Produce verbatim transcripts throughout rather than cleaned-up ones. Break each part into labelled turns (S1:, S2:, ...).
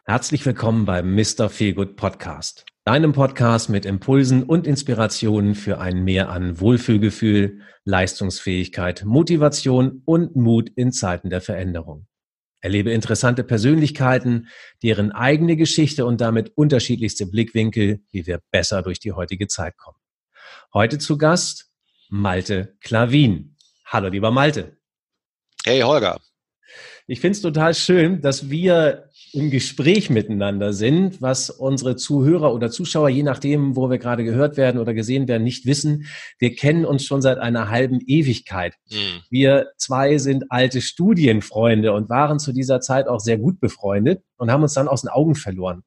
S1: Herzlich willkommen beim Mister Feelgood Podcast, deinem Podcast mit Impulsen und Inspirationen für ein Mehr an Wohlfühlgefühl, Leistungsfähigkeit, Motivation und Mut in Zeiten der Veränderung. Erlebe interessante Persönlichkeiten, deren eigene Geschichte und damit unterschiedlichste Blickwinkel, wie wir besser durch die heutige Zeit kommen. Heute zu Gast Malte Klavin. Hallo, lieber Malte.
S2: Hey, Holger.
S1: Ich finde es total schön, dass wir im Gespräch miteinander sind, was unsere Zuhörer oder Zuschauer, je nachdem, wo wir gerade gehört werden oder gesehen werden, nicht wissen. Wir kennen uns schon seit einer halben Ewigkeit. Mhm. Wir zwei sind alte Studienfreunde und waren zu dieser Zeit auch sehr gut befreundet und haben uns dann aus den Augen verloren.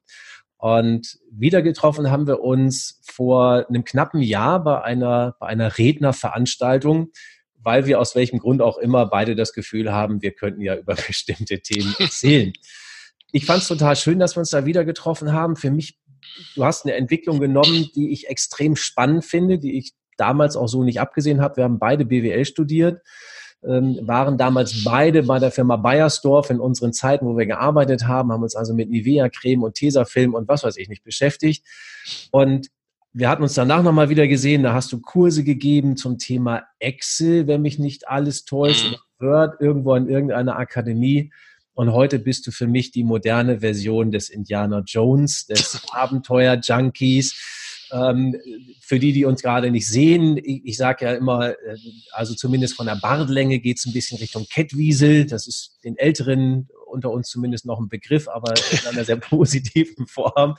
S1: Und wieder getroffen haben wir uns vor einem knappen Jahr bei einer, bei einer Rednerveranstaltung, weil wir aus welchem Grund auch immer beide das Gefühl haben, wir könnten ja über bestimmte Themen erzählen. Ich fand es total schön, dass wir uns da wieder getroffen haben. Für mich, du hast eine Entwicklung genommen, die ich extrem spannend finde, die ich damals auch so nicht abgesehen habe. Wir haben beide B W L studiert, ähm, waren damals beide bei der Firma Beiersdorf in unseren Zeiten, wo wir gearbeitet haben, haben uns also mit Nivea-Creme und Tesafilm und was weiß ich nicht beschäftigt. Und wir hatten uns danach nochmal wieder gesehen, da hast du Kurse gegeben zum Thema Excel, wenn mich nicht alles täuscht, oder Word, irgendwo in irgendeiner Akademie. Und heute bist du für mich die moderne Version des Indiana Jones, des Abenteuer-Junkies. Ähm, für die, die uns gerade nicht sehen, ich, ich sage ja immer, also zumindest von der Bartlänge geht es ein bisschen Richtung Kettwiesel. Das ist den Älteren unter uns zumindest noch ein Begriff, aber in einer sehr positiven Form.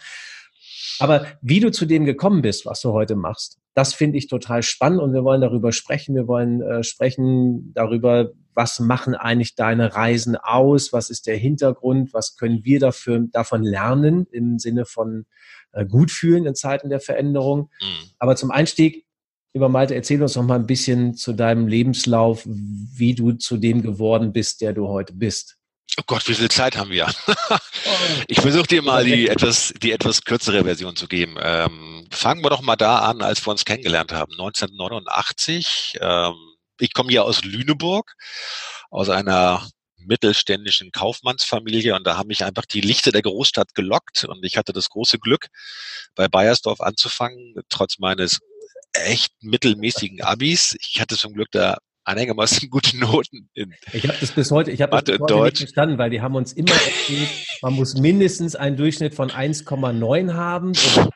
S1: Aber wie du zu dem gekommen bist, was du heute machst, das finde ich total spannend und wir wollen darüber sprechen. Wir wollen äh, sprechen darüber, was machen eigentlich deine Reisen aus? Was ist der Hintergrund? Was können wir dafür, davon lernen im Sinne von äh, gut fühlen in Zeiten der Veränderung? Mhm. Aber zum Einstieg, lieber Malte, erzähl uns noch mal ein bisschen zu deinem Lebenslauf, wie du zu dem geworden bist, der du heute bist.
S2: Oh Gott, wie viel Zeit haben wir? Ich versuche dir mal die etwas, die etwas kürzere Version zu geben. Ähm, fangen wir doch mal da an, als wir uns kennengelernt haben, neunzehnhundertneunundachtzig. Ähm, ich komme hier aus Lüneburg, aus einer mittelständischen Kaufmannsfamilie und da haben mich einfach die Lichter der Großstadt gelockt und ich hatte das große Glück, bei Beiersdorf anzufangen, trotz meines echt mittelmäßigen Abis. Ich hatte zum Glück da einigermaßen gute Noten in
S1: Ich habe das bis heute, ich habe das bis heute nicht verstanden, weil die haben uns immer erzählt, man muss mindestens einen Durchschnitt von eins Komma neun haben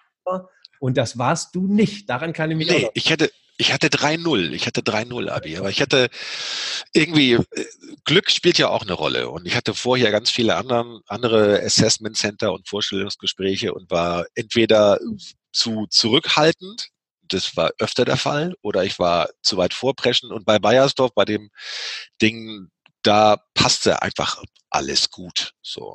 S1: und das warst du nicht. Daran kann ich mich
S2: nee,
S1: auch noch.
S2: ich hatte ich hatte drei null, ich hatte drei null Abi, aber ich hatte irgendwie, Glück spielt ja auch eine Rolle und ich hatte vorher ganz viele anderen, andere Assessment Center und Vorstellungsgespräche und war entweder zu zurückhaltend, das war öfter der Fall, oder ich war zu weit vorpreschen und bei Beiersdorf, bei dem Ding, da passte einfach alles gut, so.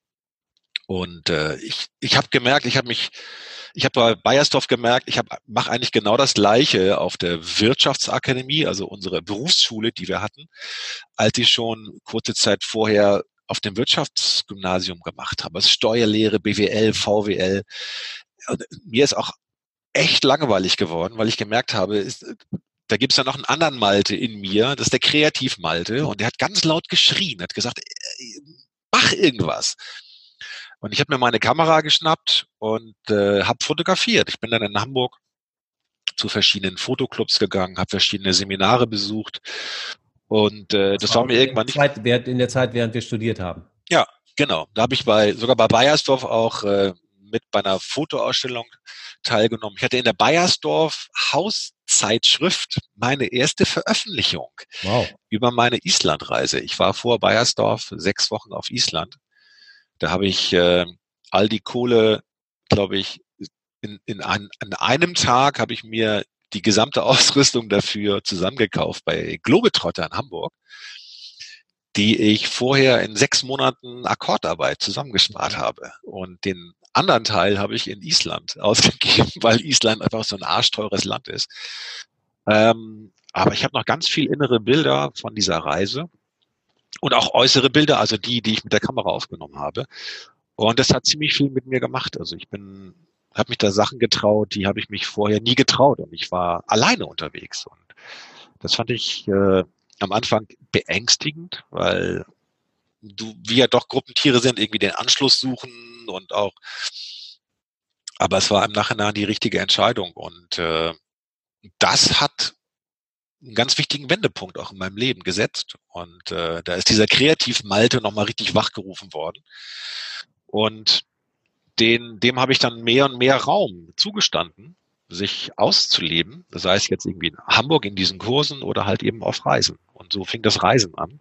S2: Und äh, ich ich habe gemerkt, ich habe mich, ich habe bei Beiersdorf gemerkt, ich mache eigentlich genau das Gleiche auf der Wirtschaftsakademie, also unsere Berufsschule, die wir hatten, als ich schon kurze Zeit vorher auf dem Wirtschaftsgymnasium gemacht habe. Also Steuerlehre, B W L, V W L. Und mir ist auch echt langweilig geworden, weil ich gemerkt habe, ist, da gibt es ja noch einen anderen Malte in mir, das ist der Kreativ-Malte und der hat ganz laut geschrien, hat gesagt, mach irgendwas. Und ich habe mir meine Kamera geschnappt und äh, habe fotografiert. Ich bin dann in Hamburg zu verschiedenen Fotoclubs gegangen, habe verschiedene Seminare besucht und äh, das, das war, war mir irgendwann nicht...
S1: Zeit, in der Zeit, während wir studiert haben.
S2: Ja, genau. Da habe ich bei sogar bei Beiersdorf auch äh, mit bei einer Fotoausstellung teilgenommen. Ich hatte in der Beiersdorf Hauszeitschrift meine erste Veröffentlichung
S1: wow.
S2: über meine Islandreise. Ich war vor Beiersdorf sechs Wochen auf Island. Da habe ich äh, all die Kohle, glaube ich, in, in, ein, in einem Tag habe ich mir die gesamte Ausrüstung dafür zusammengekauft bei Globetrotter in Hamburg, die ich vorher in sechs Monaten Akkordarbeit zusammengespart habe. Und den anderen Teil habe ich in Island ausgegeben, weil Island einfach so ein arschteures Land ist. Ähm, aber ich habe noch ganz viel innere Bilder von dieser Reise und auch äußere Bilder, also die, die ich mit der Kamera aufgenommen habe. Und das hat ziemlich viel mit mir gemacht. Also ich bin, habe mich da Sachen getraut, die habe ich mich vorher nie getraut. Und ich war alleine unterwegs. Und das fand ich äh, am Anfang beängstigend, weil du, wir ja doch Gruppentiere sind, irgendwie den Anschluss suchen und auch, aber es war im Nachhinein die richtige Entscheidung und äh, das hat einen ganz wichtigen Wendepunkt auch in meinem Leben gesetzt und äh, da ist dieser Kreativ-Malte nochmal richtig wachgerufen worden und den, dem habe ich dann mehr und mehr Raum zugestanden, sich auszuleben, sei es jetzt irgendwie in Hamburg in diesen Kursen oder halt eben auf Reisen. Und so fing das Reisen an.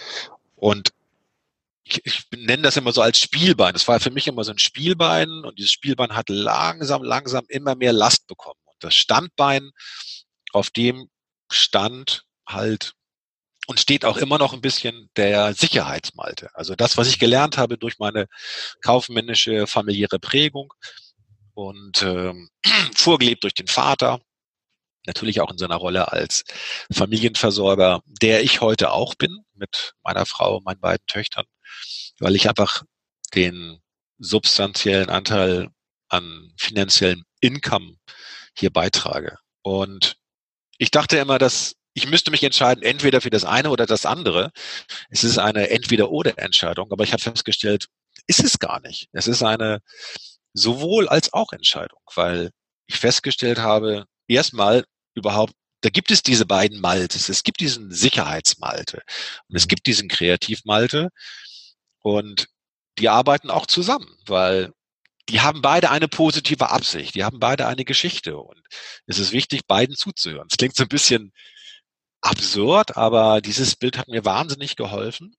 S2: Und ich, ich nenne das immer so als Spielbein. Das war für mich immer so ein Spielbein und dieses Spielbein hat langsam, langsam immer mehr Last bekommen. Und das Standbein, auf dem stand halt und steht auch immer noch ein bisschen der Sicherheitsmalte. Also das, was ich gelernt habe durch meine kaufmännische familiäre Prägung und ähm, vorgelebt durch den Vater, natürlich auch in seiner Rolle als Familienversorger, der ich heute auch bin, mit meiner Frau und meinen beiden Töchtern, weil ich einfach den substanziellen Anteil an finanziellem Income hier beitrage. Und ich dachte immer, dass ich müsste mich entscheiden, entweder für das eine oder das andere. Es ist eine Entweder-oder-Entscheidung, aber ich habe festgestellt, ist es gar nicht. Es ist eine sowohl als auch Entscheidung, weil ich festgestellt habe, erstmal überhaupt, da gibt es diese beiden Maltes. Es gibt diesen Sicherheitsmalte und es gibt diesen Kreativmalte und die arbeiten auch zusammen, weil die haben beide eine positive Absicht, die haben beide eine Geschichte und es ist wichtig, beiden zuzuhören. Es klingt so ein bisschen absurd, aber dieses Bild hat mir wahnsinnig geholfen,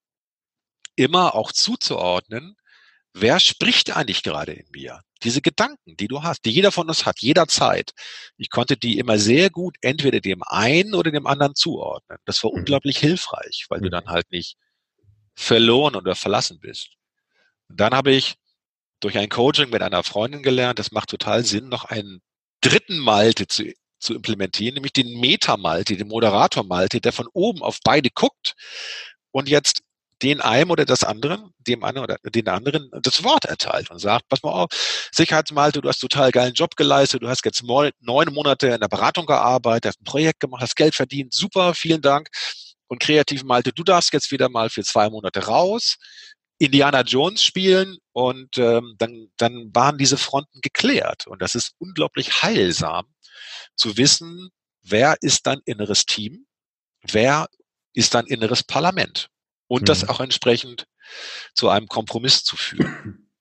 S2: immer auch zuzuordnen, wer spricht eigentlich gerade in mir? Diese Gedanken, die du hast, die jeder von uns hat, jederzeit. Ich konnte die immer sehr gut entweder dem einen oder dem anderen zuordnen. Das war
S1: Mhm.
S2: unglaublich hilfreich, weil
S1: Mhm.
S2: du dann halt nicht verloren oder verlassen bist. Und dann habe ich durch ein Coaching mit einer Freundin gelernt, das macht total Sinn, noch einen dritten Malte zu, zu implementieren, nämlich den Meta-Malte, den Moderator-Malte, der von oben auf beide guckt und jetzt den einen oder das anderen, dem einen oder den anderen das Wort erteilt und sagt, pass mal auf, Sicherheitsmalte, du hast total geilen Job geleistet, du hast jetzt neun Monate in der Beratung gearbeitet, hast ein Projekt gemacht, hast Geld verdient, super, vielen Dank. Und Kreativ-Malte, du darfst jetzt wieder mal für zwei Monate raus, Indiana Jones spielen und ähm, dann, dann waren diese Fronten geklärt. Und das ist unglaublich heilsam zu wissen, wer ist dein inneres Team, wer ist dein inneres Parlament und mhm. das auch entsprechend zu einem Kompromiss zu führen.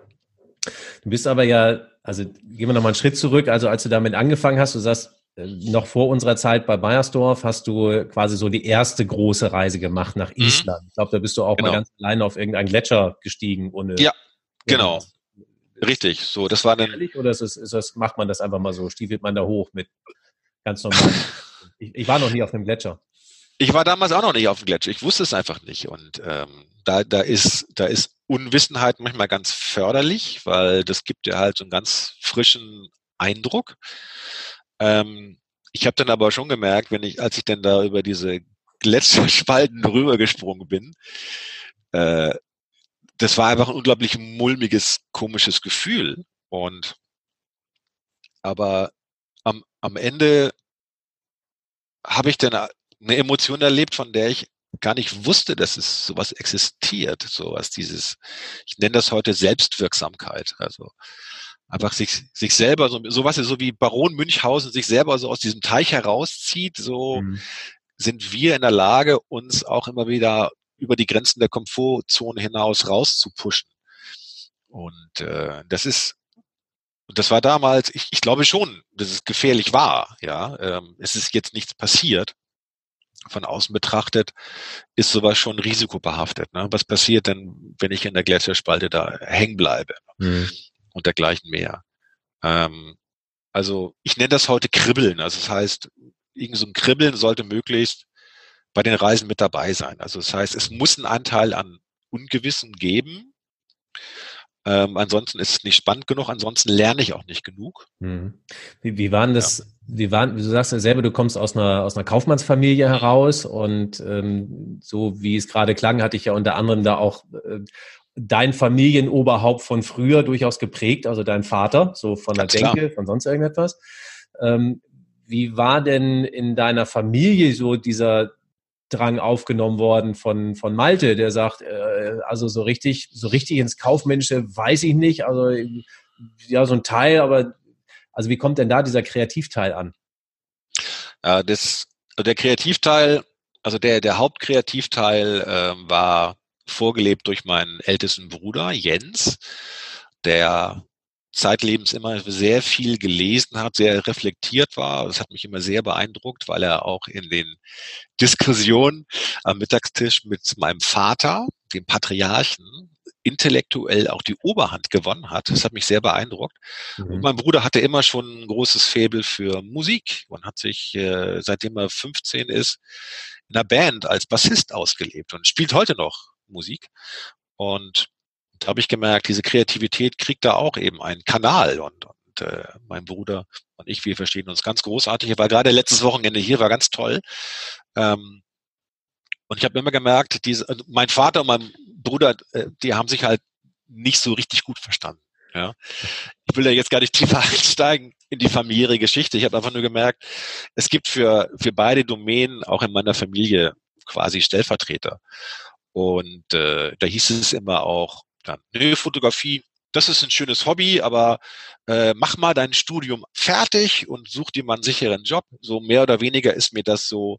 S1: Du bist aber ja, also gehen wir nochmal einen Schritt zurück, also als du damit angefangen hast, du sagst, noch vor unserer Zeit bei Beiersdorf hast du quasi so die erste große Reise gemacht nach Island. Mhm. Ich glaube, da bist du auch genau. mal ganz alleine auf irgendeinen Gletscher gestiegen. Ohne
S2: ja, genau. Richtig. So, das war dann.
S1: Oder ist das, ist das, macht man das einfach mal so? Stiefelt man da hoch mit ganz normal? ich, ich war noch nie auf einem Gletscher.
S2: Ich war damals auch noch nicht auf dem Gletscher. Ich wusste es einfach nicht. Und ähm, da, da ist, da ist Unwissenheit manchmal ganz förderlich, weil das gibt dir halt so einen ganz frischen Eindruck. Ähm, ich habe dann aber schon gemerkt, wenn ich, als ich dann da über diese Gletscherspalten rübergesprungen bin, äh, das war einfach ein unglaublich mulmiges, komisches Gefühl. Und aber am, am Ende habe ich dann eine Emotion erlebt, von der ich gar nicht wusste, dass es sowas existiert, sowas dieses, ich nenne das heute Selbstwirksamkeit, also einfach sich sich selber so sowas ist so wie Baron Münchhausen sich selber so aus diesem Teich herauszieht, so mhm. sind wir in der Lage, uns auch immer wieder über die Grenzen der Komfortzone hinaus rauszupushen. Und äh, das ist und das war damals, ich, ich glaube schon, dass es gefährlich war. Ja, ähm, es ist jetzt nichts passiert. Von außen betrachtet ist sowas schon risikobehaftet. Ne? Was passiert denn, wenn ich in der Gletscherspalte da hängen bleibe? Mhm. Und dergleichen mehr. Ähm, also ich nenne das heute Kribbeln. Also das heißt, irgend so ein Kribbeln sollte möglichst bei den Reisen mit dabei sein. Also das heißt, es muss einen Anteil an Ungewissen geben. Ähm, ansonsten ist es nicht spannend genug, ansonsten lerne ich auch nicht genug.
S1: Wie, wie waren das, ja. wie waren, du sagst ja selber, du kommst aus einer, aus einer Kaufmannsfamilie heraus und ähm, so wie es gerade klang, hatte ich ja unter anderem da auch äh, dein Familienoberhaupt von früher durchaus geprägt, also dein Vater, so von Ganz der Denke, klar. von sonst irgendetwas. Ähm, wie war denn in deiner Familie so dieser Tatendrang aufgenommen worden von, von Malte, der sagt, äh, also so richtig, so richtig ins Kaufmännische weiß ich nicht, also ja, so ein Teil, aber also wie kommt denn da dieser Kreativteil an?
S2: Ja, das, der Kreativteil, also der, der Hauptkreativteil äh, war vorgelebt durch meinen ältesten Bruder Jens, der zeitlebens immer sehr viel gelesen hat, sehr reflektiert war. Das hat mich immer sehr beeindruckt, weil er auch in den Diskussionen am Mittagstisch mit meinem Vater, dem Patriarchen, intellektuell auch die Oberhand gewonnen hat. Das hat mich sehr beeindruckt. Mhm. Und mein Bruder hatte immer schon ein großes Faible für Musik und hat sich, äh, seitdem er fünfzehn ist, in einer Band als Bassist ausgelebt und spielt heute noch Musik. Und da habe ich gemerkt, diese Kreativität kriegt da auch eben einen Kanal. Und, und äh, mein Bruder und ich, wir verstehen uns ganz großartig. Er war gerade letztes Wochenende hier, war ganz toll. Ähm, und ich habe immer gemerkt, diese, also mein Vater und mein Bruder, äh, die haben sich halt nicht so richtig gut verstanden. Ja. Ich will da jetzt gar nicht tiefer einsteigen in die familiäre Geschichte. Ich habe einfach nur gemerkt, es gibt für, für beide Domänen auch in meiner Familie quasi Stellvertreter. Und äh, da hieß es immer auch, dann, nö, Fotografie, das ist ein schönes Hobby, aber äh, mach mal dein Studium fertig und such dir mal einen sicheren Job. So mehr oder weniger ist mir das so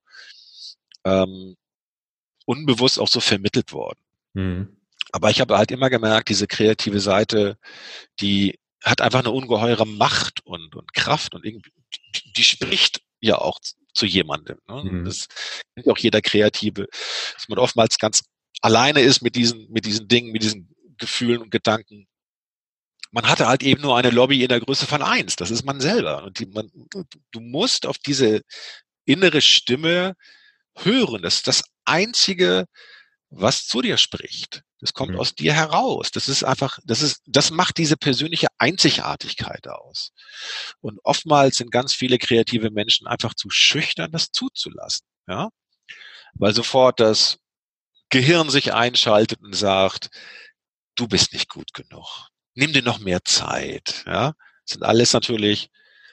S2: ähm, unbewusst auch so vermittelt worden. Mhm. Aber ich habe halt immer gemerkt, diese kreative Seite, die hat einfach eine ungeheure Macht und, und Kraft und irgendwie, die, die spricht ja auch zu jemandem. Ne? Mhm. Das kennt auch jeder Kreative, dass man oftmals ganz alleine ist mit diesen, mit diesen Dingen, mit diesen Gefühlen und Gedanken. Man hatte halt eben nur eine Lobby in der Größe von eins. Das ist man selber. Und die, man, du musst auf diese innere Stimme hören. Das ist das Einzige, was zu dir spricht. Das kommt mhm. aus dir heraus. Das ist einfach, das ist, das macht diese persönliche Einzigartigkeit aus. Und oftmals sind ganz viele kreative Menschen einfach zu schüchtern, das zuzulassen. Ja, weil sofort das Gehirn sich einschaltet und sagt, du bist nicht gut genug. Nimm dir noch mehr Zeit. Ja, das sind alles natürlich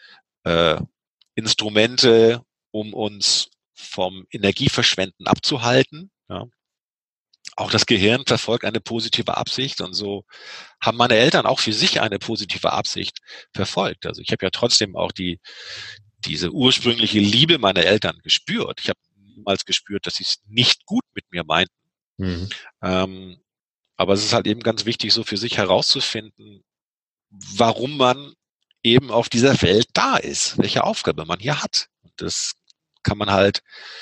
S2: äh, Instrumente, um uns vom Energieverschwenden abzuhalten. Ja. Auch das Gehirn verfolgt eine positive Absicht und so haben meine Eltern auch für sich eine positive Absicht verfolgt. Also ich habe ja trotzdem auch die diese ursprüngliche Liebe meiner Eltern gespürt. Ich habe niemals gespürt, dass sie es nicht gut mit mir meinten. Mhm. Ähm, aber es ist halt eben ganz wichtig, so für sich herauszufinden, warum man eben auf dieser Welt da ist, welche Aufgabe man hier hat. Und das kann man halt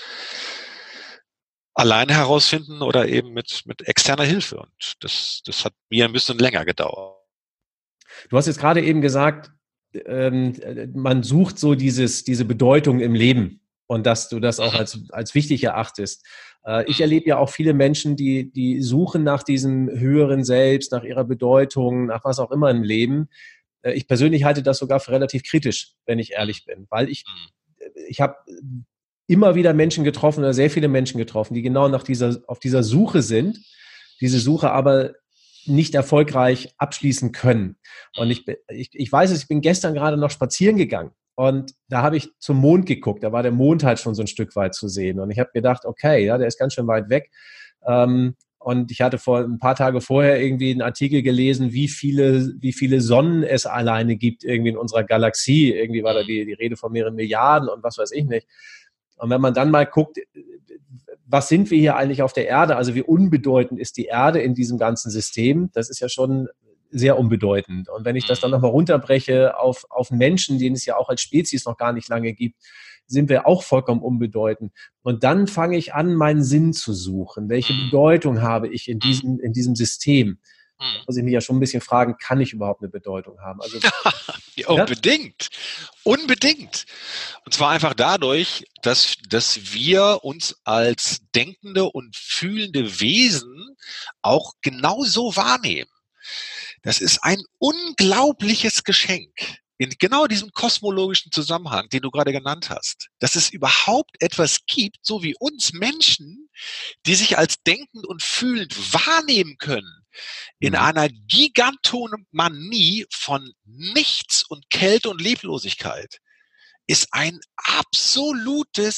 S2: alleine herausfinden oder eben mit, mit externer Hilfe. Und das, das hat mir ein bisschen länger gedauert.
S1: Du hast jetzt gerade eben gesagt, ähm, man sucht so dieses, diese Bedeutung im Leben und dass du das auch als, als wichtig erachtest. Äh, ich erlebe ja auch viele Menschen, die, die suchen nach diesem höheren Selbst, nach ihrer Bedeutung, nach was auch immer im Leben. Äh, ich persönlich halte das sogar für relativ kritisch, wenn ich ehrlich bin, weil ich, ich habe immer wieder Menschen getroffen oder sehr viele Menschen getroffen, die genau nach dieser, auf dieser Suche sind, diese Suche aber nicht erfolgreich abschließen können. Und ich, ich, ich weiß es, ich bin gestern gerade noch spazieren gegangen und da habe ich zum Mond geguckt. Da war der Mond halt schon so ein Stück weit zu sehen. Und ich habe gedacht, okay, ja, der ist ganz schön weit weg. Ähm, und ich hatte vor ein paar Tage vorher irgendwie einen Artikel gelesen, wie viele, wie viele Sonnen es alleine gibt irgendwie in unserer Galaxie. Irgendwie war da die, die Rede von mehreren Milliarden und was weiß ich nicht. Und wenn man dann mal guckt, was sind wir hier eigentlich auf der Erde? Also wie unbedeutend ist die Erde in diesem ganzen System? Das ist ja schon sehr unbedeutend. Und wenn ich das dann nochmal runterbreche auf, auf Menschen, den es ja auch als Spezies noch gar nicht lange gibt, sind wir auch vollkommen unbedeutend. Und dann fange ich an, meinen Sinn zu suchen. Welche Bedeutung habe ich in diesem, in diesem System? Da muss ich mich ja schon ein bisschen fragen, kann ich überhaupt eine Bedeutung haben? Also,
S2: ja, unbedingt. Ja? Unbedingt. Und zwar einfach dadurch, dass, dass wir uns als denkende und fühlende Wesen auch genauso wahrnehmen. Das ist ein unglaubliches Geschenk. In genau diesem kosmologischen Zusammenhang, den du gerade genannt hast, dass es überhaupt etwas gibt, so wie uns Menschen, die sich als denkend und fühlend wahrnehmen können, in mhm. einer Gigantomanie von Nichts und Kälte und Leblosigkeit, ist ein absolutes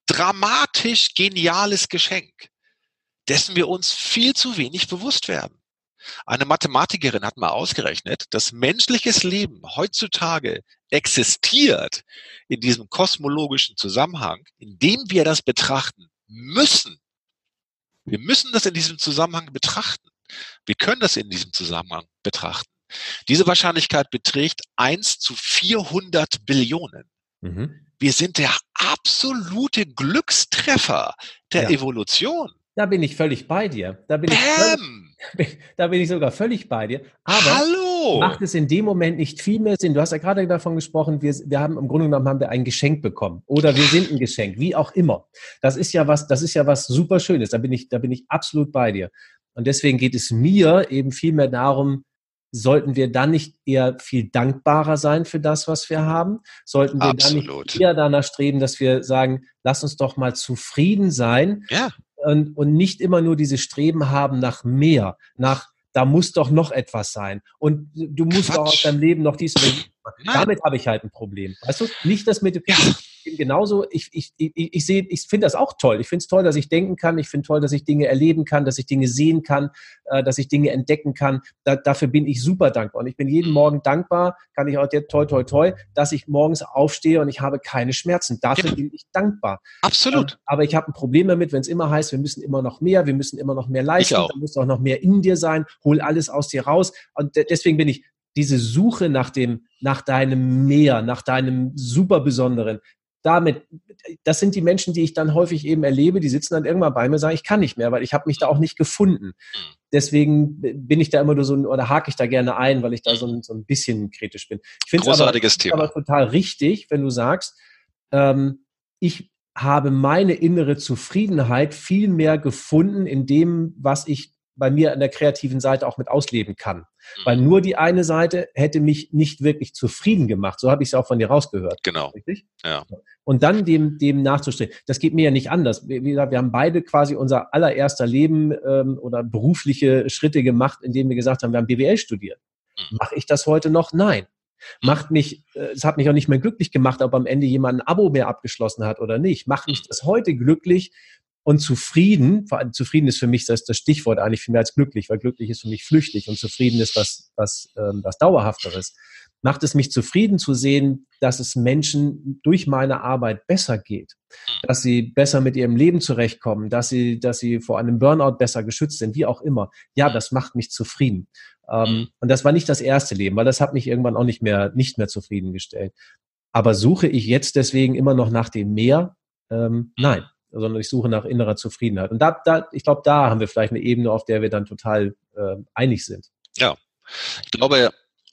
S2: dramatisch geniales Geschenk, dessen wir uns viel zu wenig bewusst werden. Eine Mathematikerin hat mal ausgerechnet, dass menschliches Leben heutzutage existiert in diesem kosmologischen Zusammenhang, indem wir das betrachten müssen. Wir müssen das in diesem Zusammenhang betrachten. Wir können das in diesem Zusammenhang betrachten. Diese Wahrscheinlichkeit beträgt eins zu vierhundert Billionen. Mhm. Wir sind der absolute Glückstreffer der ja. Evolution.
S1: Da bin ich völlig bei dir. Da bin, ich völlig, da bin ich sogar völlig bei dir. Aber
S2: Hallo.
S1: Macht es in dem Moment nicht viel mehr Sinn? Du hast ja gerade davon gesprochen, wir, wir haben im Grunde genommen haben wir ein Geschenk bekommen. Oder wir sind ein Geschenk, wie auch immer. Das ist ja was, das ist ja was super Schönes. Da bin ich, da bin ich absolut bei dir. Und deswegen geht es mir eben viel mehr darum, sollten wir dann nicht eher viel dankbarer sein für das, was wir haben? Sollten wir Absolut. dann nicht eher danach streben, dass wir sagen, lass uns doch mal zufrieden sein
S2: ja.
S1: und, und nicht immer nur diese Streben haben nach mehr, nach da muss doch noch etwas sein und du musst Quatsch. doch aus deinem Leben noch dies oder jenes machen. Damit habe ich halt ein Problem. Weißt du? Nicht das mit dem ja. genauso, ich, ich, ich, ich sehe, ich finde das auch toll. Ich finde es toll, dass ich denken kann. Ich finde toll, dass ich Dinge erleben kann, dass ich Dinge sehen kann, äh, dass ich Dinge entdecken kann. Da, dafür bin ich super dankbar. Und ich bin jeden Morgen dankbar, kann ich auch dir toi, toi, toi, dass ich morgens aufstehe und ich habe keine Schmerzen. Dafür ja. bin ich dankbar.
S2: Absolut.
S1: Ähm, aber ich habe ein Problem damit, wenn es immer heißt, wir müssen immer noch mehr, wir müssen immer noch mehr leisten, da muss auch noch mehr in dir sein, hol alles aus dir raus. Und de- deswegen bin ich diese Suche nach dem, nach deinem Mehr, nach deinem super Besonderen, damit, das sind die Menschen, die ich dann häufig eben erlebe, die sitzen dann irgendwann bei mir und sagen, ich kann nicht mehr, weil ich habe mich da auch nicht gefunden. Deswegen bin ich da immer nur so, oder hake ich da gerne ein, weil ich da so ein, so ein bisschen kritisch bin. Ich finde es aber, aber total richtig, wenn du sagst, ähm, ich habe meine innere Zufriedenheit viel mehr gefunden in dem, was ich bei mir an der kreativen Seite auch mit ausleben kann. Weil nur die eine Seite hätte mich nicht wirklich zufrieden gemacht. So habe ich es ja auch von dir rausgehört.
S2: Genau.
S1: Richtig?
S2: Ja.
S1: Und dann dem, dem nachzustreben. Das geht mir ja nicht anders. Wie gesagt, wir haben beide quasi unser allererster Leben ähm, oder berufliche Schritte gemacht, indem wir gesagt haben, wir haben B W L studiert. Mhm. Mache ich das heute noch? Nein. Macht mich, es hat mich auch nicht mehr glücklich gemacht, ob am Ende jemand ein Abo mehr abgeschlossen hat oder nicht. Macht mich das heute glücklich und zufrieden. Vor allem zufrieden ist für mich das, das Stichwort eigentlich viel mehr als glücklich, weil glücklich ist für mich flüchtig und zufrieden ist was, was, ähm, was Dauerhafteres. Macht es mich zufrieden zu sehen, dass es Menschen durch meine Arbeit besser geht, dass sie besser mit ihrem Leben zurechtkommen, dass sie, dass sie vor einem Burnout besser geschützt sind, wie auch immer. Ja, das macht mich zufrieden. Ähm, und das war nicht das erste Leben, weil das hat mich irgendwann auch nicht mehr, nicht mehr zufriedengestellt. Aber suche ich jetzt deswegen immer noch nach dem Mehr? Ähm, nein, sondern ich suche nach innerer Zufriedenheit. Und da, da, ich glaube, da haben wir vielleicht eine Ebene, auf der wir dann total äh, einig sind.
S2: Ja, ich glaube,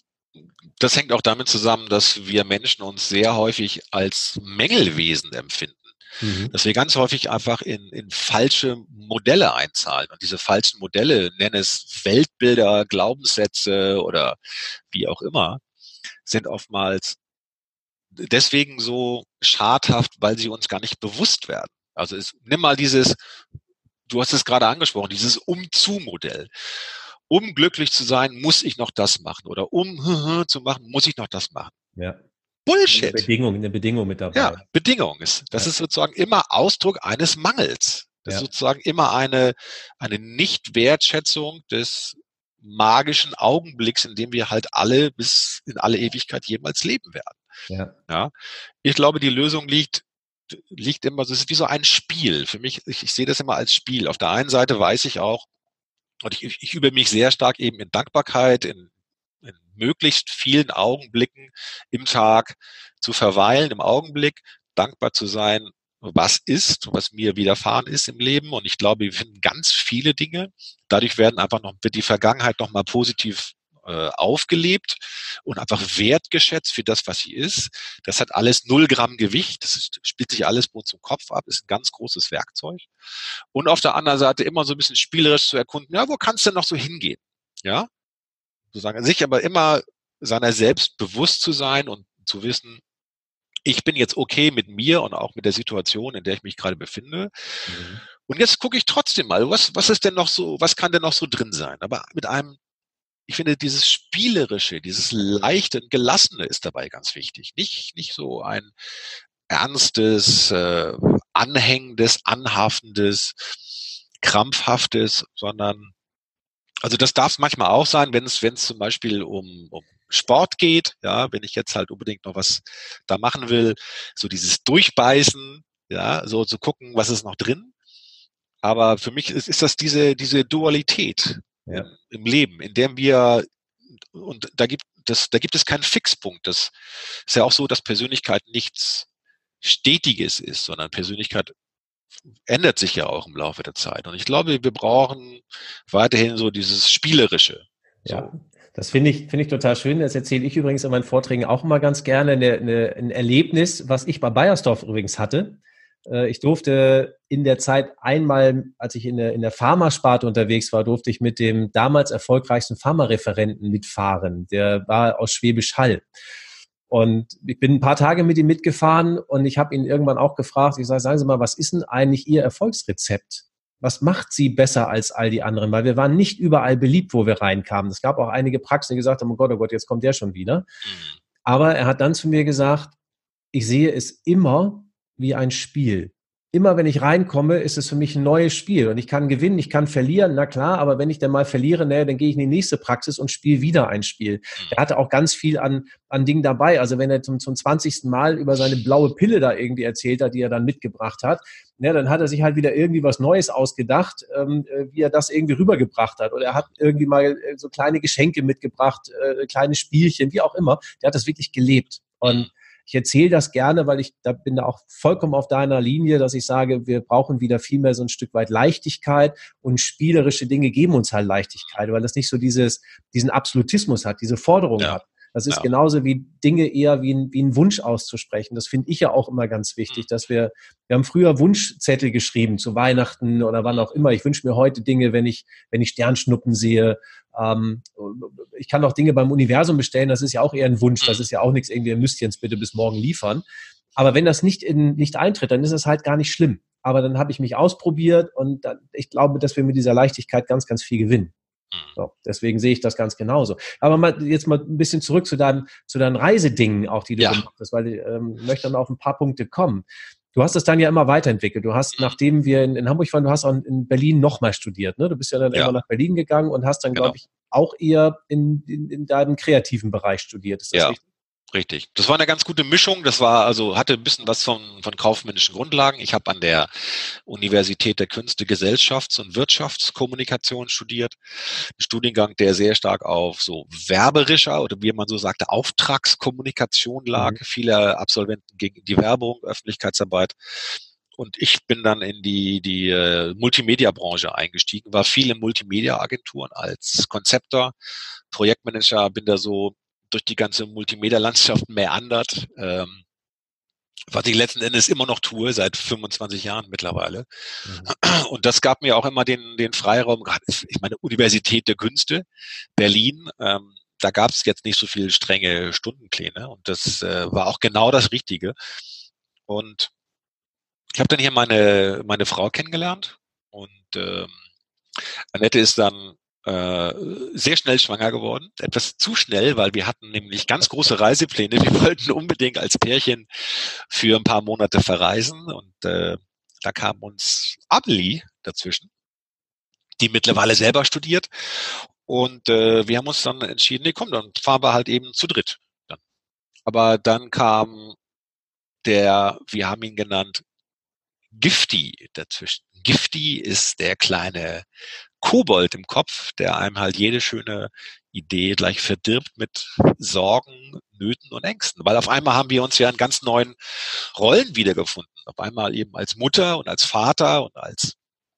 S2: das hängt auch damit zusammen, dass wir Menschen uns sehr häufig als Mängelwesen empfinden. Mhm. Dass wir ganz häufig einfach in, in falsche Modelle einzahlen. Und diese falschen Modelle, nenne es Weltbilder, Glaubenssätze oder wie auch immer, sind oftmals deswegen so schadhaft, weil sie uns gar nicht bewusst werden. Also es, nimm mal dieses, du hast es gerade angesprochen, dieses Um-zu-Modell. Um glücklich zu sein, muss ich noch das machen. Oder um zu machen, muss ich noch das machen.
S1: Ja.
S2: Bullshit.
S1: Eine Bedingung, eine Bedingung mit dabei.
S2: Ja, Bedingung ist. Das ja. ist sozusagen immer Ausdruck eines Mangels. Das ja. ist sozusagen immer eine, eine Nicht-Wertschätzung des magischen Augenblicks, in dem wir halt alle bis in alle Ewigkeit jemals leben werden.
S1: Ja.
S2: Ja. Ich glaube, die Lösung liegt liegt immer, das ist wie so ein Spiel. Für mich, ich, ich sehe das immer als Spiel. Auf der einen Seite weiß ich auch, und ich, ich übe mich sehr stark eben in Dankbarkeit, in, in möglichst vielen Augenblicken im Tag zu verweilen, im Augenblick dankbar zu sein, was ist, was mir widerfahren ist im Leben. Und ich glaube, wir finden ganz viele Dinge. Dadurch werden einfach noch, wird die Vergangenheit nochmal positiv äh, aufgelebt und einfach wertgeschätzt für das, was sie ist. Das hat alles null Gramm Gewicht. Das ist, spielt sich alles bei uns im Kopf ab. Ist ein ganz großes Werkzeug. Und auf der anderen Seite immer so ein bisschen spielerisch zu erkunden, ja, wo kann es denn noch so hingehen? Ja, sozusagen sich aber immer seiner selbst bewusst zu sein und zu wissen, ich bin jetzt okay mit mir und auch mit der Situation, in der ich mich gerade befinde. Mhm. Und jetzt gucke ich trotzdem mal, was, was ist denn noch so, was kann denn noch so drin sein? Aber mit einem, ich finde, dieses Spielerische, dieses Leichte und Gelassene ist dabei ganz wichtig. Nicht, nicht so ein ernstes, äh, Anhängendes, Anhaftendes, Krampfhaftes, sondern, also das darf es manchmal auch sein, wenn es, wenn es zum Beispiel um, um Sport geht, ja, wenn ich jetzt halt unbedingt noch was da machen will, so dieses Durchbeißen, ja, so zu gucken, was ist noch drin. Aber für mich ist, ist das diese, diese Dualität
S1: Ja.
S2: im, im Leben, in dem wir, und da gibt das, da gibt es keinen Fixpunkt. Das ist ja auch so, dass Persönlichkeit nichts Stetiges ist, sondern Persönlichkeit ändert sich ja auch im Laufe der Zeit. Und ich glaube, wir brauchen weiterhin so dieses Spielerische.
S1: Ja,
S2: So.
S1: das finde ich, finde ich total schön. Das erzähle ich übrigens in meinen Vorträgen auch immer ganz gerne. Eine, eine, ein Erlebnis, was ich bei Bayersdorf übrigens hatte. Ich durfte in der Zeit einmal, als ich in der, in der Pharmasparte unterwegs war, durfte ich mit dem damals erfolgreichsten Pharmareferenten mitfahren. Der war aus Schwäbisch Hall. Und ich bin ein paar Tage mit ihm mitgefahren und ich habe ihn irgendwann auch gefragt, ich sage, sagen Sie mal, was ist denn eigentlich Ihr Erfolgsrezept? Was macht Sie besser als all die anderen? Weil wir waren nicht überall beliebt, wo wir reinkamen. Es gab auch einige Praxen, die gesagt haben, oh Gott, oh Gott, jetzt kommt der schon wieder. Aber er hat dann zu mir gesagt, ich sehe es immer wie ein Spiel. Immer wenn ich reinkomme, ist es für mich ein neues Spiel. Und ich kann gewinnen, ich kann verlieren, na klar, aber wenn ich dann mal verliere, ne, dann gehe ich in die nächste Praxis und spiele wieder ein Spiel. Er hatte auch ganz viel an, an Dingen dabei. Also wenn er zum, zum zwanzigsten Mal über seine blaue Pille da irgendwie erzählt hat, die er dann mitgebracht hat, ne, dann hat er sich halt wieder irgendwie was Neues ausgedacht, ähm, wie er das irgendwie rübergebracht hat. Oder er hat irgendwie mal so kleine Geschenke mitgebracht, äh, kleine Spielchen, wie auch immer. Der hat das wirklich gelebt. Und ich erzähle das gerne, weil ich da bin da auch vollkommen auf deiner Linie, dass ich sage, wir brauchen wieder viel mehr so ein Stück weit Leichtigkeit und spielerische Dinge geben uns halt Leichtigkeit, weil das nicht so dieses, diesen Absolutismus hat, diese Forderung
S2: Ja.
S1: hat. Das ist
S2: Ja.
S1: genauso wie Dinge eher wie ein, wie ein Wunsch auszusprechen. Das finde ich ja auch immer ganz wichtig, dass wir, wir haben früher Wunschzettel geschrieben zu Weihnachten oder wann auch immer. Ich wünsche mir heute Dinge, wenn ich, wenn ich Sternschnuppen sehe. Ähm, ich kann auch Dinge beim Universum bestellen. Das ist ja auch eher ein Wunsch. Das ist ja auch nichts irgendwie, ihr müsst jetzt bitte bis morgen liefern. Aber wenn das nicht in, nicht eintritt, dann ist es halt gar nicht schlimm. Aber dann habe ich mich ausprobiert und dann, ich glaube, dass wir mit dieser Leichtigkeit ganz, ganz viel gewinnen. So, deswegen sehe ich das ganz genauso. Aber mal, jetzt mal ein bisschen zurück zu deinen, zu deinen Reisedingen, auch die du
S2: Ja.
S1: gemacht hast, weil ich ähm, möchte dann auf ein paar Punkte kommen. Du hast es dann ja immer weiterentwickelt. Du hast, nachdem wir in, in Hamburg waren, du hast auch in Berlin nochmal studiert. Ne? Du bist ja dann
S2: Ja.
S1: immer nach Berlin gegangen und hast dann,
S2: Genau.
S1: glaube ich, auch eher in, in, in deinem kreativen Bereich studiert. Ist das
S2: Ja.
S1: richtig?
S2: Richtig. Das war eine ganz gute Mischung. Das war also hatte ein bisschen was von, von kaufmännischen Grundlagen. Ich habe an der Universität der Künste Gesellschafts- und Wirtschaftskommunikation studiert. Ein Studiengang, der sehr stark auf so werberischer oder wie man so sagte, Auftragskommunikation lag. Mhm. Viele Absolventen gegen die Werbung, Öffentlichkeitsarbeit. Und ich bin dann in die, die äh, Multimedia-Branche eingestiegen, war viel in Multimedia-Agenturen als Konzepter, Projektmanager, bin da so durch die ganze Multimedia-Landschaft meandert, ähm, was ich letzten Endes immer noch tue, seit fünfundzwanzig Jahren mittlerweile. Mhm. Und das gab mir auch immer den, den Freiraum, ich meine, Universität der Künste, Berlin, ähm, da gab es jetzt nicht so viel strenge Stundenpläne und das äh, war auch genau das Richtige. Und ich habe dann hier meine, meine Frau kennengelernt und ähm, Annette ist dann sehr schnell schwanger geworden, etwas zu schnell, weil wir hatten nämlich ganz große Reisepläne. Wir wollten unbedingt als Pärchen für ein paar Monate verreisen und äh, da kam uns Amelie dazwischen, die mittlerweile selber studiert und äh, wir haben uns dann entschieden, nee, komm, dann fahren wir halt eben zu dritt. Dann. Aber dann kam der, wir haben ihn genannt, Gifty dazwischen. Gifty ist der kleine Kobold im Kopf, der einem halt jede schöne Idee gleich verdirbt mit Sorgen, Nöten und Ängsten. Weil auf einmal haben wir uns ja in ganz neuen Rollen wiedergefunden. Auf einmal eben als Mutter und als Vater und als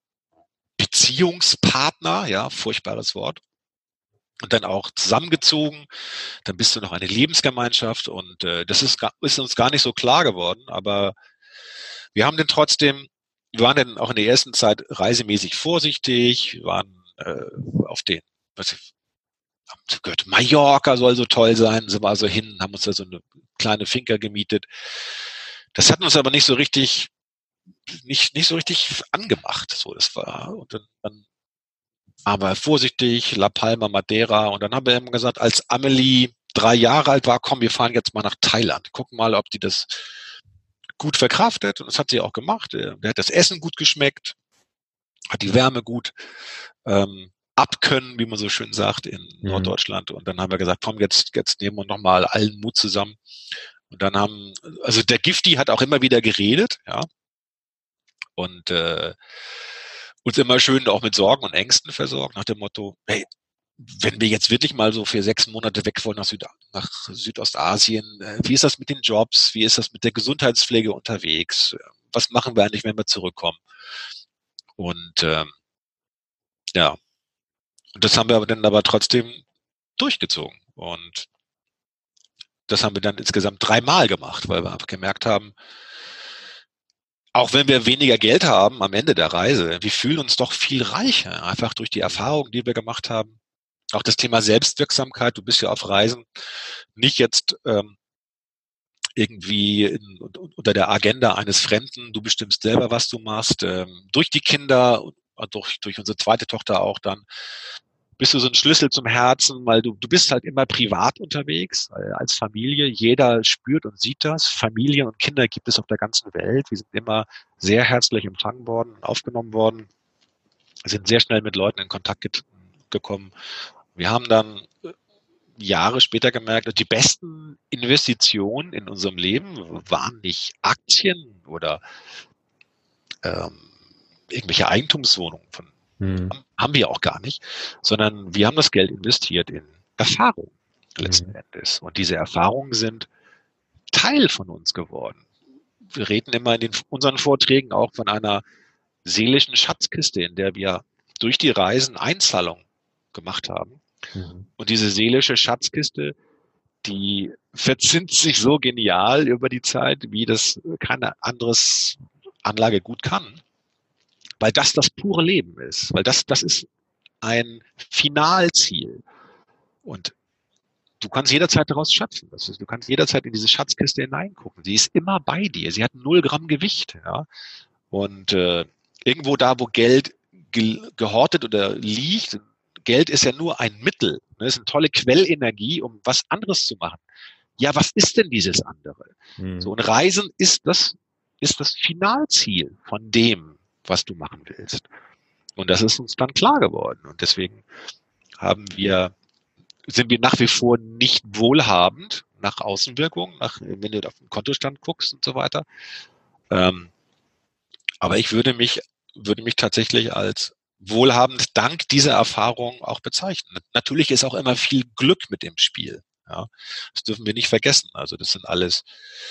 S2: Beziehungspartner, ja, furchtbares Wort. Und dann auch zusammengezogen, dann bist du noch eine Lebensgemeinschaft und äh, das ist, ist uns gar nicht so klar geworden, aber wir haben den trotzdem, wir waren dann auch in der ersten Zeit reisemäßig vorsichtig, wir waren äh, auf den, was ich, haben gehört, Mallorca soll so toll sein, sind wir also hin, haben uns da so eine kleine Finca gemietet. Das hat uns aber nicht so richtig, nicht, nicht so richtig angemacht, so, das war, und dann, dann aber vorsichtig, La Palma, Madeira, und dann haben wir eben gesagt, als Amelie drei Jahre alt war, komm, wir fahren jetzt mal nach Thailand, gucken mal, ob die das gut verkraftet und das hat sie auch gemacht. Der hat das Essen gut geschmeckt, hat die Wärme gut ähm, abkönnen, wie man so schön sagt, in
S1: Mhm.
S2: Norddeutschland. Und dann haben wir gesagt, komm, jetzt, jetzt nehmen wir nochmal allen Mut zusammen. Und dann haben, also der Gifti hat auch immer wieder geredet, ja. Und äh, uns immer schön auch mit Sorgen und Ängsten versorgt, nach dem Motto, hey, wenn wir jetzt wirklich mal so für sechs Monate weg wollen nach, Süd nach Südostasien, äh, wie ist das mit den Jobs? Wie ist das mit der Gesundheitspflege unterwegs? Was machen wir eigentlich, wenn wir zurückkommen? Und ähm, ja, und das haben wir dann aber trotzdem durchgezogen. Und das haben wir dann insgesamt dreimal gemacht, weil wir einfach gemerkt haben, auch wenn wir weniger Geld haben am Ende der Reise, wir fühlen uns doch viel reicher, einfach durch die Erfahrungen, die wir gemacht haben. Auch das Thema Selbstwirksamkeit, du bist ja auf Reisen nicht jetzt ähm, irgendwie in, unter der Agenda eines Fremden, du bestimmst selber, was du machst. Ähm, durch die Kinder, durch, durch unsere zweite Tochter auch dann, bist du so ein Schlüssel zum Herzen, weil du, du bist halt immer privat unterwegs, als Familie. Jeder spürt und sieht das. Familien und Kinder gibt es auf der ganzen Welt. Wir sind immer sehr herzlich empfangen worden, aufgenommen worden, sind sehr schnell mit Leuten in Kontakt get- gekommen. Wir haben dann Jahre später gemerkt, die besten Investitionen in unserem Leben waren nicht Aktien oder ähm, irgendwelche Eigentumswohnungen von
S1: Mhm.
S2: haben wir auch gar nicht, sondern wir haben das Geld investiert in Erfahrung letzten
S1: Mhm.
S2: Endes. Und diese Erfahrungen sind Teil von uns geworden. Wir reden immer in den, unseren Vorträgen auch von einer seelischen Schatzkiste, in der wir durch die Reisen Einzahlungen gemacht haben.
S1: Mhm.
S2: Und diese seelische Schatzkiste, die verzinst sich so genial über die Zeit, wie das keine anderes Anlage gut kann, weil das das pure Leben ist, weil das, das ist ein Finalziel. Und du kannst jederzeit daraus schöpfen. Das ist, du kannst jederzeit in diese Schatzkiste hineingucken. Sie ist immer bei dir. Sie hat null Gramm Gewicht. Ja? Und äh, irgendwo da, wo Geld ge gehortet oder liegt, Geld ist ja nur ein Mittel. Ne? Es ist eine tolle Quellenergie, um was anderes zu machen. Ja, was ist denn dieses andere?
S1: Mhm.
S2: So, und Reisen ist das, ist das Finalziel von dem, was du machen willst. Und das ist uns dann klar geworden. Und deswegen haben wir, sind wir nach wie vor nicht wohlhabend nach Außenwirkungen, nach, wenn du auf den Kontostand guckst und so weiter. Ähm, aber ich würde mich, würde mich tatsächlich als wohlhabend dank dieser Erfahrung auch bezeichnen. Natürlich ist auch immer viel Glück mit im Spiel. Ja, das dürfen wir nicht vergessen. Also das sind alles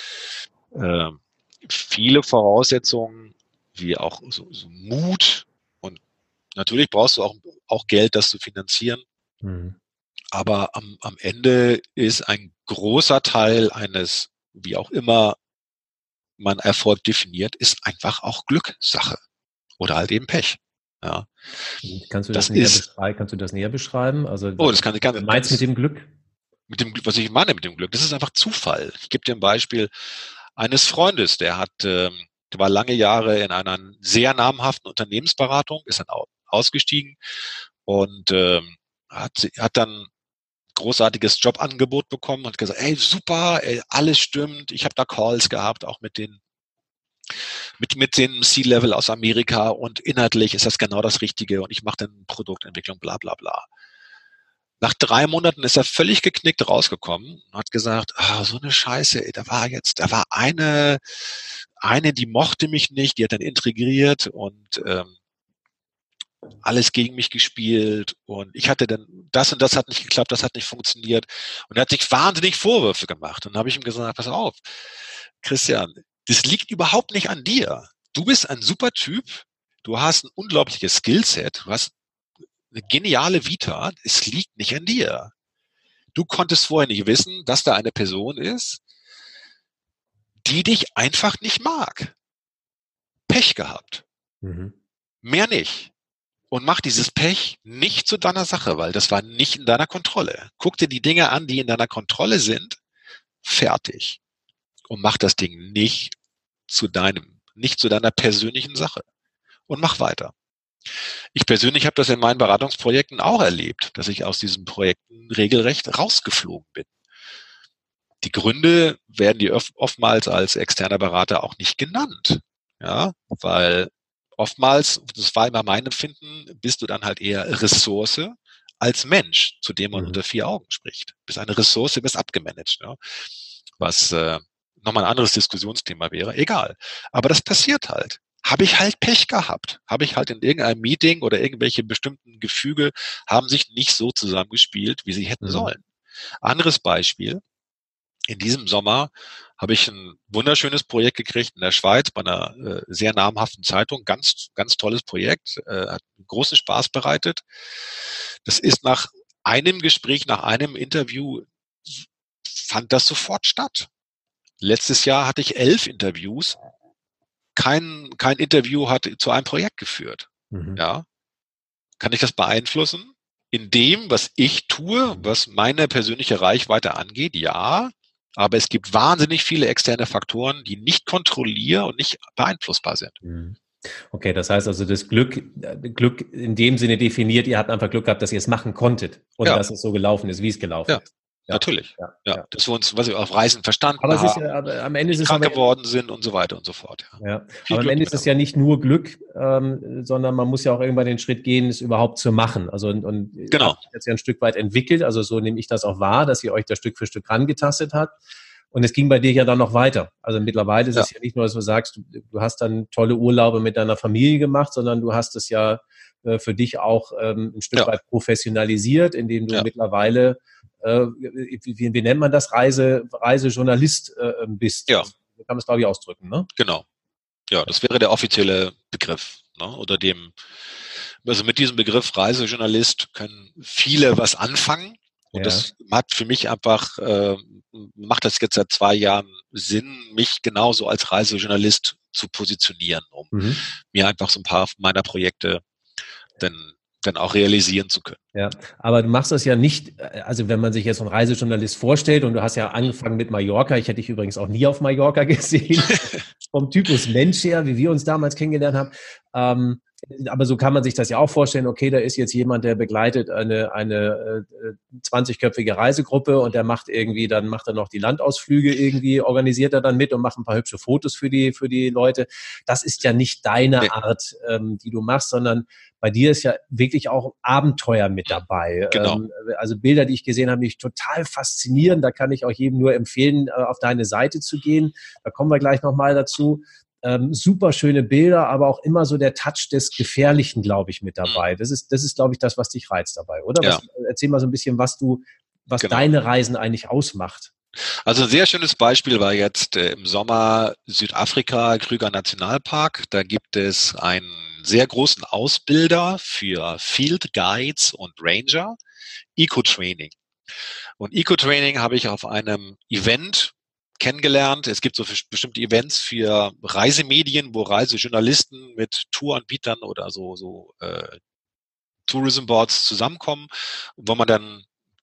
S2: äh, viele Voraussetzungen, wie auch so, so Mut, und natürlich brauchst du auch, auch Geld, das zu finanzieren.
S1: Mhm.
S2: Aber am, am Ende ist ein großer Teil eines, wie auch immer man Erfolg definiert, ist einfach auch Glückssache oder halt eben Pech. Ja,
S1: Kannst du das
S2: das
S1: näher
S2: ist,
S1: beschreiben? Kannst du das näher beschreiben? Also
S2: oh,
S1: was
S2: das kann ich
S1: du
S2: ganz,
S1: meinst mit
S2: ganz,
S1: dem Glück?
S2: mit dem, was ich meine mit dem Glück, das ist einfach Zufall. Ich gebe dir ein Beispiel eines Freundes, der hat, ähm, der war lange Jahre in einer sehr namhaften Unternehmensberatung, ist dann ausgestiegen und ähm, hat, hat dann großartiges Jobangebot bekommen und gesagt, ey, super, ey, alles stimmt. Ich habe da Calls gehabt, auch mit den mit mit dem C-Level aus Amerika und inhaltlich ist das genau das Richtige und ich mache dann Produktentwicklung, bla bla bla. Nach drei Monaten ist er völlig geknickt rausgekommen und hat gesagt, ah, so eine Scheiße, ey, da war jetzt, da war eine, eine, die mochte mich nicht, die hat dann integriert und ähm, alles gegen mich gespielt und ich hatte dann, das und das hat nicht geklappt, das hat nicht funktioniert und er hat sich wahnsinnig Vorwürfe gemacht. Und dann habe ich ihm gesagt, pass auf, Christian, das liegt überhaupt nicht an dir. Du bist ein super Typ, du hast ein unglaubliches Skillset, du hast eine geniale Vita, es liegt nicht an dir. Du konntest vorher nicht wissen, dass da eine Person ist, die dich einfach nicht mag. Pech gehabt.
S1: Mhm.
S2: Mehr nicht. Und mach dieses Pech nicht zu deiner Sache, weil das war nicht in deiner Kontrolle. Guck dir die Dinge an, die in deiner Kontrolle sind, fertig. Und mach das Ding nicht zu deinem, nicht zu deiner persönlichen Sache. Und mach weiter. Ich persönlich habe das in meinen Beratungsprojekten auch erlebt, dass ich aus diesen Projekten regelrecht rausgeflogen bin. die Gründe werden die oft, oftmals als externer Berater auch nicht genannt. Ja, weil oftmals, das war immer mein Empfinden, bist du dann halt eher Ressource als Mensch, zu dem man
S1: Mhm.
S2: unter vier Augen spricht. Bist eine Ressource, bist abgemanagt, ja? Was äh, nochmal ein anderes Diskussionsthema wäre. Egal. Aber das passiert halt. Habe ich halt Pech gehabt. Habe ich halt in irgendeinem Meeting oder irgendwelche bestimmten Gefüge haben sich nicht so zusammengespielt, wie sie hätten
S1: Mhm.
S2: sollen. Anderes Beispiel. In diesem Sommer habe ich ein wunderschönes Projekt gekriegt in der Schweiz bei einer äh, sehr namhaften Zeitung. Ganz, ganz tolles Projekt. Äh, hat großen Spaß bereitet. Das ist nach einem Gespräch, nach einem Interview fand das sofort statt. Letztes Jahr hatte ich elf Interviews. Kein, kein Interview hat zu einem Projekt geführt.
S1: Mhm.
S2: Ja. Kann ich das beeinflussen? In dem, was ich tue, was meine persönliche Reichweite angeht, ja. Aber es gibt wahnsinnig viele externe Faktoren, die nicht kontrollier- und nicht beeinflussbar sind.
S1: Mhm. Okay, das heißt also, das Glück, äh, Glück in dem Sinne definiert, ihr habt einfach Glück gehabt, dass ihr es machen konntet und
S2: Ja,
S1: dass es so gelaufen ist, wie es gelaufen
S2: ja,
S1: ist. Ja,
S2: natürlich.
S1: ja,
S2: Ja,
S1: ja.
S2: dass wir uns, was wir auf Reisen
S1: Aber
S2: verstanden
S1: es ist
S2: haben,
S1: ja, aber am Ende ist
S2: nicht
S1: es
S2: krank
S1: aber,
S2: geworden sind und so weiter und so fort. Ja.
S1: ja,
S2: Viel
S1: aber am
S2: Glück
S1: Ende ist
S2: mit
S1: es ja
S2: dabei.
S1: nicht nur Glück, ähm, sondern man muss ja auch irgendwann den Schritt gehen, es überhaupt zu machen. Also und, und ihr
S2: Genau.
S1: habt euch jetzt ja ein Stück weit entwickelt, also so nehme ich das auch wahr, dass ihr euch da Stück für Stück rangetastet habt. Und es ging bei dir ja dann noch weiter. Also mittlerweile ist
S2: Ja,
S1: es ja nicht nur, dass du sagst, du, du hast dann tolle Urlaube mit deiner Familie gemacht, sondern du hast es ja äh, für dich auch ähm, ein Stück
S2: ja,
S1: weit professionalisiert, indem du
S2: ja,
S1: mittlerweile, äh, wie, wie, wie nennt man das, Reise, Reisejournalist äh, bist.
S2: ja,
S1: Also, so kann man es, glaube ich, ausdrücken, ne?
S2: genau. Ja, das wäre der offizielle Begriff. Ne? Oder dem, also mit diesem Begriff Reisejournalist können viele was anfangen. Und
S1: Ja.
S2: das hat für mich einfach, äh, macht das jetzt seit zwei Jahren Sinn, mich genauso als Reisejournalist zu positionieren, um
S1: Mhm.
S2: mir einfach so ein paar meiner Projekte dann, dann auch realisieren zu können.
S1: Ja, aber du machst das ja nicht, also wenn man sich jetzt so einen Reisejournalist vorstellt und du hast ja
S2: Mhm.
S1: angefangen mit Mallorca, ich hätte dich übrigens auch nie auf Mallorca gesehen, vom Typus Mensch her, wie wir uns damals kennengelernt haben. Ähm, aber so kann man sich das ja auch vorstellen, okay, da ist jetzt jemand, der begleitet eine, eine äh, zwanzigköpfige Reisegruppe und der macht irgendwie, dann macht er noch die Landausflüge irgendwie, organisiert er dann mit und macht ein paar hübsche Fotos für die, für die Leute. Das ist ja nicht deine
S2: Nee.
S1: Art, ähm, die du machst, sondern bei dir ist ja wirklich auch Abenteuer mit
S2: Mhm.
S1: dabei.
S2: Genau.
S1: Ähm, also Bilder, die ich gesehen habe, mich total faszinieren. Da kann ich auch jedem nur empfehlen, äh, auf deine Seite zu gehen. Da kommen wir gleich nochmal dazu. Ähm, super schöne Bilder, aber auch immer so der Touch des Gefährlichen, glaube ich, mit
S2: Mhm.
S1: dabei. Das ist, das ist, glaube ich, das, was dich reizt dabei, oder?
S2: Ja,
S1: Was, erzähl mal so ein bisschen, was du, was
S2: genau.
S1: deine Reisen eigentlich ausmacht.
S2: Also ein sehr schönes Beispiel war jetzt äh, im Sommer Südafrika, Krüger Nationalpark. Da gibt es einen sehr großen Ausbilder für Field Guides und Ranger, Eco-Training. Und Eco-Training habe ich auf einem Event kennengelernt. Es gibt so bestimmte Events für Reisemedien, wo Reisejournalisten mit Touranbietern oder so, so äh, Tourism Boards zusammenkommen, wo man dann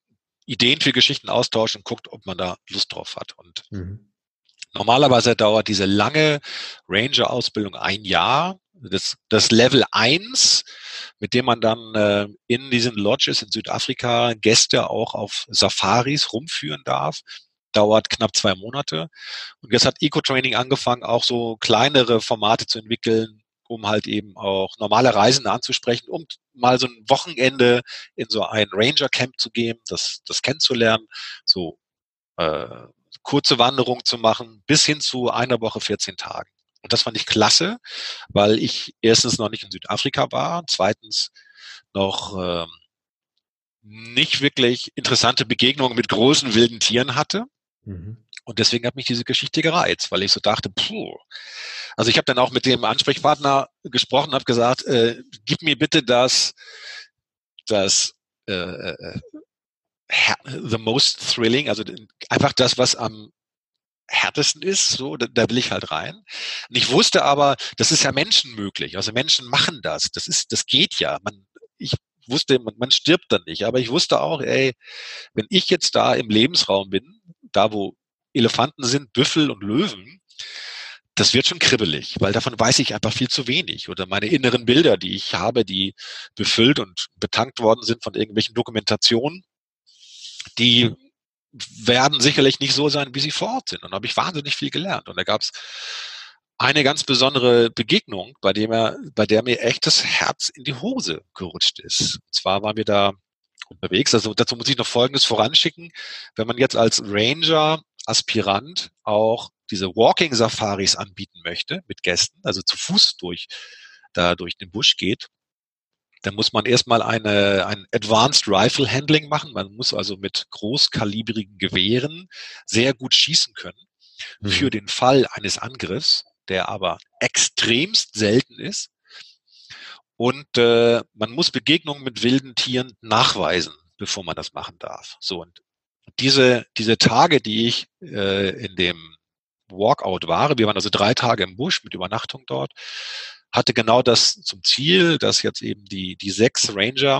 S2: Ideen für Geschichten austauscht und guckt, ob man da Lust drauf hat. Und
S1: Mhm.
S2: normalerweise dauert diese lange Ranger-Ausbildung ein Jahr. Das, das Level eins, mit dem man dann äh, in diesen Lodges in Südafrika Gäste auch auf Safaris rumführen darf, dauert knapp zwei Monate. Und jetzt hat Eco-Training angefangen, auch so kleinere Formate zu entwickeln, um halt eben auch normale Reisende anzusprechen, um mal so ein Wochenende in so ein Ranger-Camp zu gehen, das, das kennenzulernen, so äh, kurze Wanderung zu machen, bis hin zu einer Woche, vierzehn Tagen. Und das fand ich klasse, weil ich erstens noch nicht in Südafrika war, zweitens noch ähm, nicht wirklich interessante Begegnungen mit großen wilden Tieren hatte.
S1: Mhm.
S2: Und deswegen hat mich diese Geschichte gereizt, weil ich so dachte, puh. Also ich habe dann auch mit dem Ansprechpartner gesprochen, habe gesagt, äh, gib mir bitte das, das äh, äh, the most thrilling, also einfach das, was am härtesten ist, so, da, da will ich halt rein. Und ich wusste aber, das ist ja Menschen möglich. Also Menschen machen das. Das ist, das geht ja. Man, ich wusste, man, man stirbt dann nicht. Aber ich wusste auch, ey, wenn ich jetzt da im Lebensraum bin, da wo Elefanten sind, Büffel und Löwen, das wird schon kribbelig, weil davon weiß ich einfach viel zu wenig. Oder meine inneren Bilder, die ich habe, die befüllt und betankt worden sind von irgendwelchen Dokumentationen, die werden sicherlich nicht so sein, wie sie vor Ort sind. Und da habe ich wahnsinnig viel gelernt. Und da gab es eine ganz besondere Begegnung, bei dem er, bei der mir echt das Herz in die Hose gerutscht ist. Und zwar waren wir da unterwegs. Also dazu muss ich noch Folgendes voranschicken. Wenn man jetzt als Ranger, Aspirant auch diese Walking Safaris anbieten möchte mit Gästen, also zu Fuß durch, da durch den Busch geht, dann muss man erstmal eine, ein Advanced Rifle Handling machen. Man muss also mit großkalibrigen Gewehren sehr gut schießen können mhm. für den Fall eines Angriffs, der aber extremst selten ist. Und äh, man muss Begegnungen mit wilden Tieren nachweisen, bevor man das machen darf. So, und diese, diese Tage, die ich äh, in dem Walkout war, wir waren also drei Tage im Busch mit Übernachtung dort, hatte genau das zum Ziel, dass jetzt eben die, die sechs Ranger,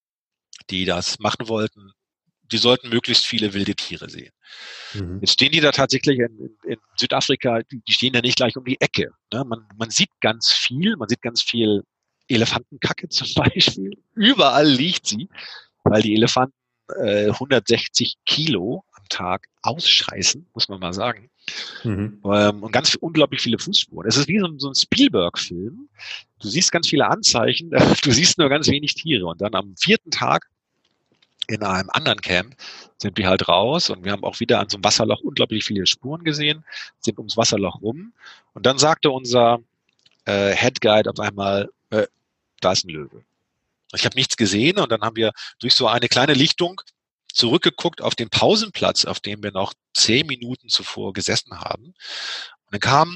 S2: die das machen wollten, die sollten möglichst viele wilde Tiere sehen. Mhm. Jetzt stehen die da tatsächlich in, in Südafrika, die stehen ja nicht gleich um die Ecke. Ne? Man, man sieht ganz viel, man sieht ganz viel Elefantenkacke zum Beispiel. Überall liegt sie, weil die Elefanten äh, hundertsechzig Kilo am Tag ausscheißen, muss man mal sagen. Mhm. Ähm, und ganz unglaublich viele Fußspuren. Es ist wie so, so ein Spielberg-Film. Du siehst ganz viele Anzeichen, du siehst nur ganz wenig Tiere. Und dann am vierten Tag in einem anderen Camp sind wir halt raus und wir haben auch wieder an so einem Wasserloch unglaublich viele Spuren gesehen, sind ums Wasserloch rum. Und dann sagte unser äh, Head Guide auf einmal, äh, da ist ein Löwe. Ich habe nichts gesehen und dann haben wir durch so eine kleine Lichtung zurückgeguckt auf den Pausenplatz, auf dem wir noch zehn Minuten zuvor gesessen haben. Und dann kam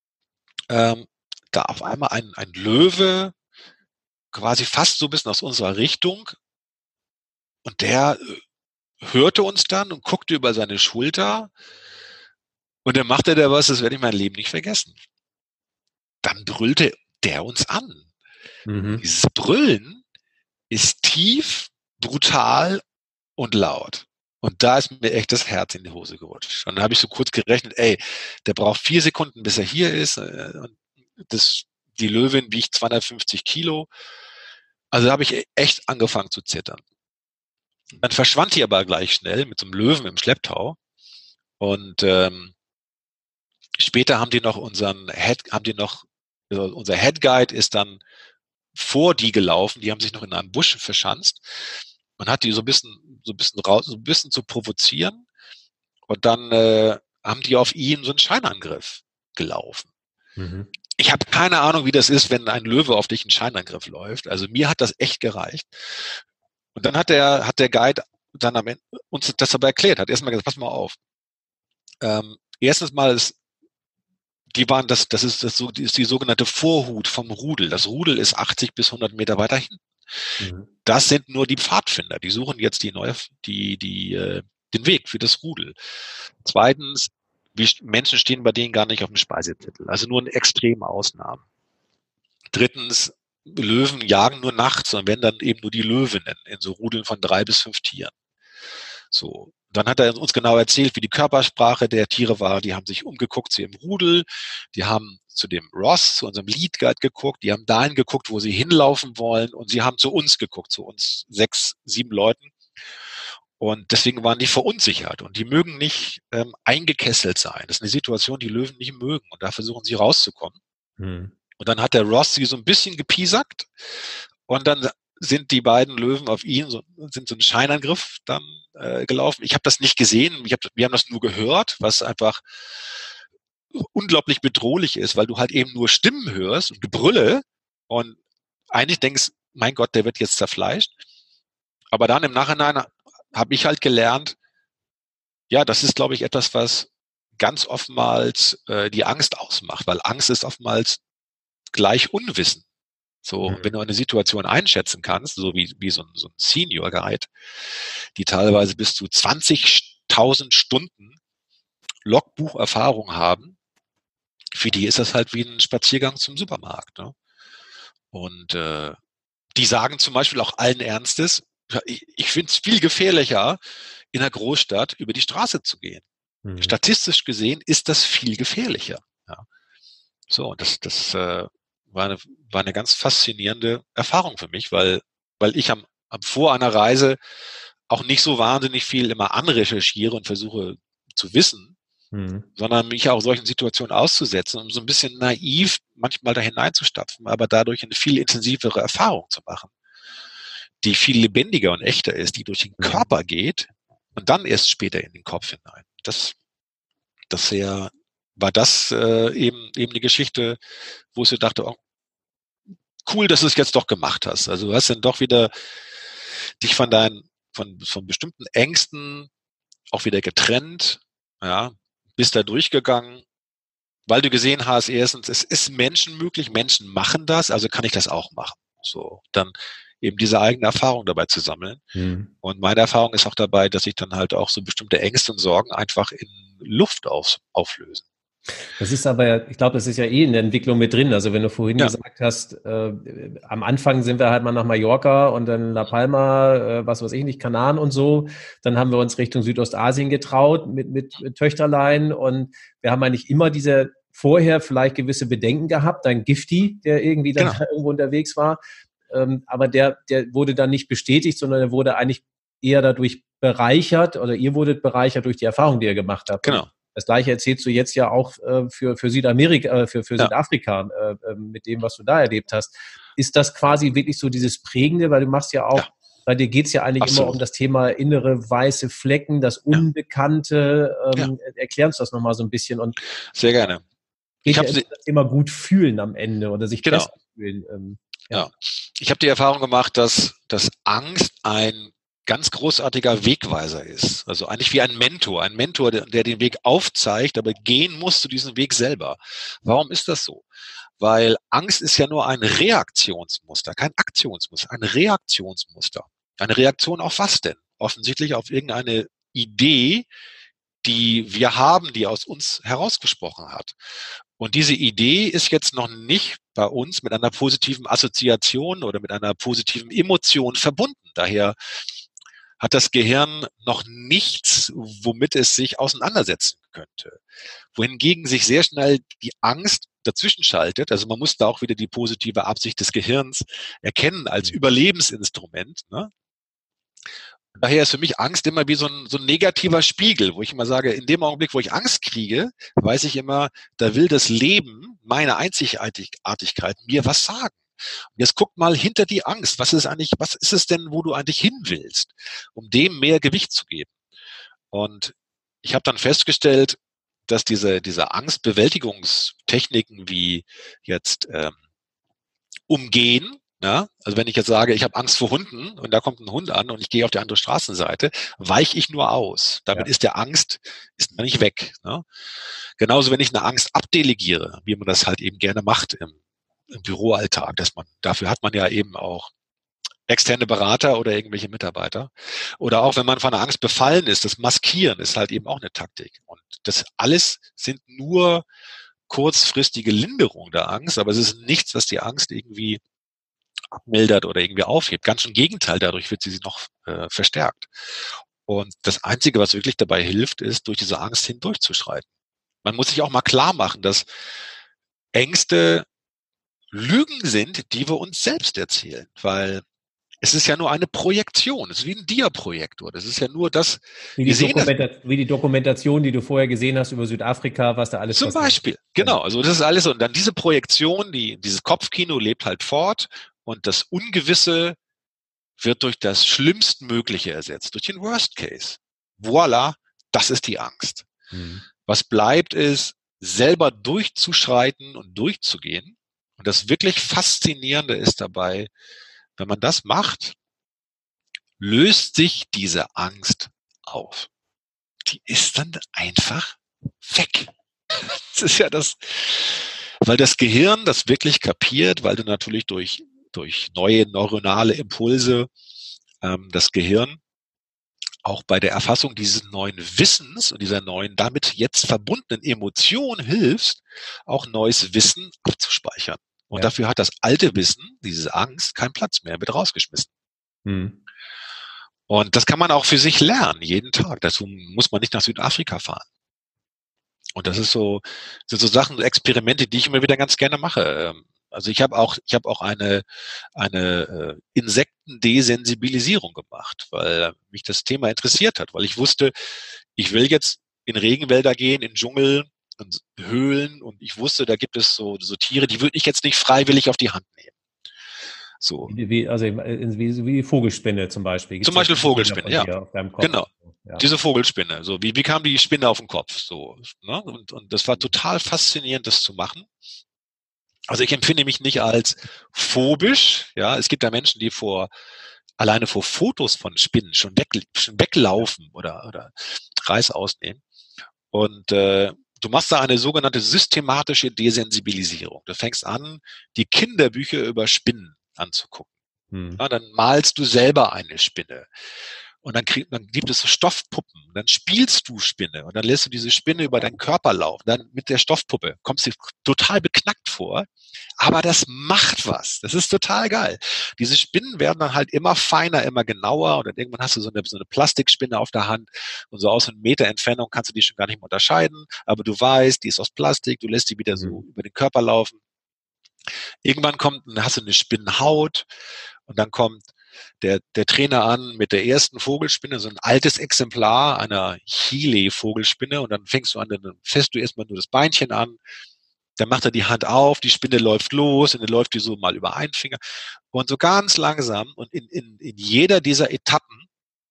S2: ähm, da auf einmal ein, ein Löwe, quasi fast so ein bisschen aus unserer Richtung. Und der hörte uns dann und guckte über seine Schulter. Und dann machte der was, das werde ich mein Leben nicht vergessen. Dann brüllte der uns an. Mhm. Dieses Brüllen ist tief, brutal und laut. Und da ist mir echt das Herz in die Hose gerutscht. Und dann habe ich so kurz gerechnet, ey, der braucht vier Sekunden, bis er hier ist. Und das, die Löwin wiegt zweihundertfünfzig Kilo. Also da habe ich echt angefangen zu zittern. Dann verschwand die aber gleich schnell mit so einem Löwen im Schlepptau. Und ähm, später haben die noch unseren Head, haben die noch, also unser Head Guide ist dann vor die gelaufen. Die haben sich noch in einem Busch verschanzt. Man hat die so ein bisschen, so ein bisschen raus, so ein bisschen zu provozieren. Und dann äh, haben die auf ihn so einen Scheinangriff gelaufen. Mhm. Ich habe keine Ahnung, wie das ist, wenn ein Löwe auf dich einen Scheinangriff läuft. Also mir hat das echt gereicht. Und dann hat der, hat der Guide dann am Ende uns das aber erklärt, hat erstmal gesagt, pass mal auf. Ähm, erstens mal ist, die waren, das, das ist, das ist die sogenannte Vorhut vom Rudel. Das Rudel ist achtzig bis hundert Meter weiter hinten. Mhm. Das sind nur die Pfadfinder. Die suchen jetzt die neue, die, die, äh, den Weg für das Rudel. Zweitens, wie, Menschen stehen bei denen gar nicht auf dem Speisezettel. Also nur in extremen Ausnahmen. Drittens, Löwen jagen nur nachts und wenn dann eben nur die Löwinnen in so Rudeln von drei bis fünf Tieren. So. Dann hat er uns genau erzählt, wie die Körpersprache der Tiere war. Die haben sich umgeguckt zu ihrem Rudel. Die haben zu dem Ross, zu unserem Lead Guide geguckt. Die haben dahin geguckt, wo sie hinlaufen wollen. Und sie haben zu uns geguckt, zu uns sechs, sieben Leuten. Und deswegen waren die verunsichert. Und die mögen nicht ähm, eingekesselt sein. Das ist eine Situation, die Löwen nicht mögen. Und da versuchen sie rauszukommen. Hm. Und dann hat der Ross sie so ein bisschen gepiesackt. Und dann sind die beiden Löwen auf ihn, so, sind so einen Scheinangriff dann äh, gelaufen. Ich habe das nicht gesehen, ich hab, wir haben das nur gehört, was einfach unglaublich bedrohlich ist, weil du halt eben nur Stimmen hörst und Gebrülle und eigentlich denkst, mein Gott, der wird jetzt zerfleischt. Aber dann im Nachhinein habe ich halt gelernt, ja, das ist, glaube ich, etwas, was ganz oftmals äh, die Angst ausmacht, weil Angst ist oftmals gleich Unwissen. So, mhm. Wenn du eine Situation einschätzen kannst, so wie, wie so ein, so ein Senior Guide, die teilweise bis zu zwanzigtausend Stunden Logbucherfahrung haben, für die ist das halt wie ein Spaziergang zum Supermarkt. Ne? Und äh, die sagen zum Beispiel auch allen Ernstes, ich, ich finde es viel gefährlicher, in einer Großstadt über die Straße zu gehen. Mhm. Statistisch gesehen ist das viel gefährlicher. Ja. So, das, das äh, war eine, war eine ganz faszinierende Erfahrung für mich, weil, weil ich am, am vor einer Reise auch nicht so wahnsinnig viel immer anrecherchiere und versuche zu wissen, mhm. sondern mich auch solchen Situationen auszusetzen, um so ein bisschen naiv manchmal da hineinzustapfen, aber dadurch eine viel intensivere Erfahrung zu machen, die viel lebendiger und echter ist, die durch den mhm. Körper geht und dann erst später in den Kopf hinein. Das, das sehr, war das äh, eben eben eine Geschichte, wo ich so dachte, oh, cool, dass du es jetzt doch gemacht hast. Also du hast dann doch wieder dich von deinen, von, von bestimmten Ängsten auch wieder getrennt, ja, bist da durchgegangen, weil du gesehen hast, erstens, es ist Menschen möglich, Menschen machen das, also kann ich das auch machen. So, dann eben diese eigene Erfahrung dabei zu sammeln. Mhm. Und meine Erfahrung ist auch dabei, dass sich dann halt auch so bestimmte Ängste und Sorgen einfach in Luft auf, auflösen.
S1: Das ist aber ja, ich glaube, das ist ja eh in der Entwicklung mit drin. Also wenn du vorhin ja. gesagt hast, äh, am Anfang sind wir halt mal nach Mallorca und dann La Palma, äh, was weiß ich nicht, Kanaren und so. Dann haben wir uns Richtung Südostasien getraut mit, mit, mit Töchterlein und wir haben eigentlich immer diese vorher vielleicht gewisse Bedenken gehabt. Dein Gifty, der irgendwie dann genau. irgendwo unterwegs war. Ähm, aber der, der wurde dann nicht bestätigt, sondern der wurde eigentlich eher dadurch bereichert oder ihr wurdet bereichert durch die Erfahrung, die ihr gemacht habt.
S2: Genau.
S1: Das Gleiche erzählst du jetzt ja auch äh, für, für Südamerika, äh, für, für ja. Südafrika, äh, mit dem, was du da erlebt hast. Ist das quasi wirklich so dieses Prägende, weil du machst ja auch, ja. bei dir geht's ja eigentlich Absolut. Immer um das Thema innere weiße Flecken, das Unbekannte. Ja. Ähm, ja. Erklär uns das nochmal so ein bisschen. Und
S2: sehr gerne.
S1: Ich habe ja das Thema gut fühlen am Ende oder sich
S2: genau.
S1: besser fühlen. Ähm,
S2: ja. ja, ich habe die Erfahrung gemacht, dass, dass Angst ein ganz großartiger Wegweiser ist. Also eigentlich wie ein Mentor. Ein Mentor, der, der den Weg aufzeigt, aber gehen musst du diesen Weg selber. Warum ist das so? Weil Angst ist ja nur ein Reaktionsmuster, kein Aktionsmuster, ein Reaktionsmuster. Eine Reaktion auf was denn? Offensichtlich auf irgendeine Idee, die wir haben, die aus uns herausgesprochen hat. Und diese Idee ist jetzt noch nicht bei uns mit einer positiven Assoziation oder mit einer positiven Emotion verbunden. Daher hat das Gehirn noch nichts, womit es sich auseinandersetzen könnte. Wohingegen sich sehr schnell die Angst dazwischen schaltet. Also man muss da auch wieder die positive Absicht des Gehirns erkennen als Überlebensinstrument. Ne? Daher ist für mich Angst immer wie so ein, so ein negativer Spiegel, wo ich immer sage, in dem Augenblick, wo ich Angst kriege, weiß ich immer, da will das Leben, meine Einzigartigkeit, mir was sagen. Und jetzt guck mal hinter die Angst. Was ist eigentlich, was ist es denn, wo du eigentlich hin willst, um dem mehr Gewicht zu geben? Und ich habe dann festgestellt, dass diese, diese Angstbewältigungstechniken wie jetzt ähm, Umgehen, ja, also wenn ich jetzt sage, ich habe Angst vor Hunden und da kommt ein Hund an und ich gehe auf die andere Straßenseite, weiche ich nur aus. Damit ja. ist der Angst ist man nicht weg. Ne? Genauso, wenn ich eine Angst abdelegiere, wie man das halt eben gerne macht im im Büroalltag, dass man, dafür hat man ja eben auch externe Berater oder irgendwelche Mitarbeiter. Oder auch wenn man von einer Angst befallen ist, das Maskieren ist halt eben auch eine Taktik. Und das alles sind nur kurzfristige Linderung der Angst, aber es ist nichts, was die Angst irgendwie abmildert oder irgendwie aufhebt. Ganz im Gegenteil, dadurch wird sie noch äh, verstärkt. Und das Einzige, was wirklich dabei hilft, ist, durch diese Angst hindurchzuschreiten. Man muss sich auch mal klar machen, dass Ängste Lügen sind, die wir uns selbst erzählen, weil es ist ja nur eine Projektion, es ist wie ein Dia-Projektor, das ist ja nur das,
S1: wie die, Dokumenta- wie die Dokumentation, die du vorher gesehen hast über Südafrika, was da alles
S2: passiert. Zum Beispiel, genau, also das ist alles so. Und dann diese Projektion, die, dieses Kopfkino lebt halt fort und das Ungewisse wird durch das Schlimmstmögliche ersetzt, durch den Worst Case. Voila, das ist die Angst. Mhm. Was bleibt ist, selber durchzuschreiten und durchzugehen. Und das wirklich Faszinierende ist dabei, wenn man das macht, löst sich diese Angst auf. Die ist dann einfach weg. Das ist ja das, weil das Gehirn das wirklich kapiert, weil du natürlich durch, durch neue neuronale Impulse ähm, das Gehirn auch bei der Erfassung dieses neuen Wissens und dieser neuen damit jetzt verbundenen Emotion hilfst, auch neues Wissen abzuspeichern. Und ja. dafür hat das alte Wissen, diese Angst, keinen Platz mehr, wird rausgeschmissen. Hm. Und das kann man auch für sich lernen, jeden Tag. Dazu muss man nicht nach Südafrika fahren. Und das ist so, sind so Sachen, Experimente, die ich immer wieder ganz gerne mache. Also ich habe auch, ich habe auch eine, eine äh, Insekt Desensibilisierung gemacht, weil mich das Thema interessiert hat, weil ich wusste, ich will jetzt in Regenwälder gehen, in Dschungel und Höhlen und ich wusste, da gibt es so, so Tiere, die würde ich jetzt nicht freiwillig auf die Hand nehmen. So.
S1: Wie, also wie, wie Vogelspinne zum Beispiel.
S2: Gibt's zum Beispiel Vogelspinne, ja. Auf deinem Kopf? Genau. Ja. Diese Vogelspinne. So, wie, wie kam die Spinne auf den Kopf? So, ne? Und, und das war total faszinierend, das zu machen. Also ich empfinde mich nicht als phobisch. Ja, es gibt da Menschen, die vor alleine vor Fotos von Spinnen schon, weg, schon weglaufen oder, oder Reis ausnehmen. Und äh, du machst da eine sogenannte systematische Desensibilisierung. Du fängst an, die Kinderbücher über Spinnen anzugucken. Hm. Ja, dann malst du selber eine Spinne. Und dann, krieg, dann gibt es so Stoffpuppen. Dann spielst du Spinne und dann lässt du diese Spinne über deinen Körper laufen. Dann mit der Stoffpuppe kommst du total beknackt vor. Aber das macht was. Das ist total geil. Diese Spinnen werden dann halt immer feiner, immer genauer. Und dann irgendwann hast du so eine, so eine Plastikspinne auf der Hand. Und so aus einem Meter Entfernung kannst du die schon gar nicht mehr unterscheiden. Aber du weißt, die ist aus Plastik. Du lässt die wieder so mhm. über den Körper laufen. Irgendwann kommt, dann hast du eine Spinnenhaut. Und dann kommt der, der Trainer an mit der ersten Vogelspinne, so ein altes Exemplar einer Chile-Vogelspinne und dann fängst du an, dann fässt du erstmal nur das Beinchen an, dann macht er die Hand auf, die Spinne läuft los und dann läuft die so mal über einen Finger und so ganz langsam und in, in, in jeder dieser Etappen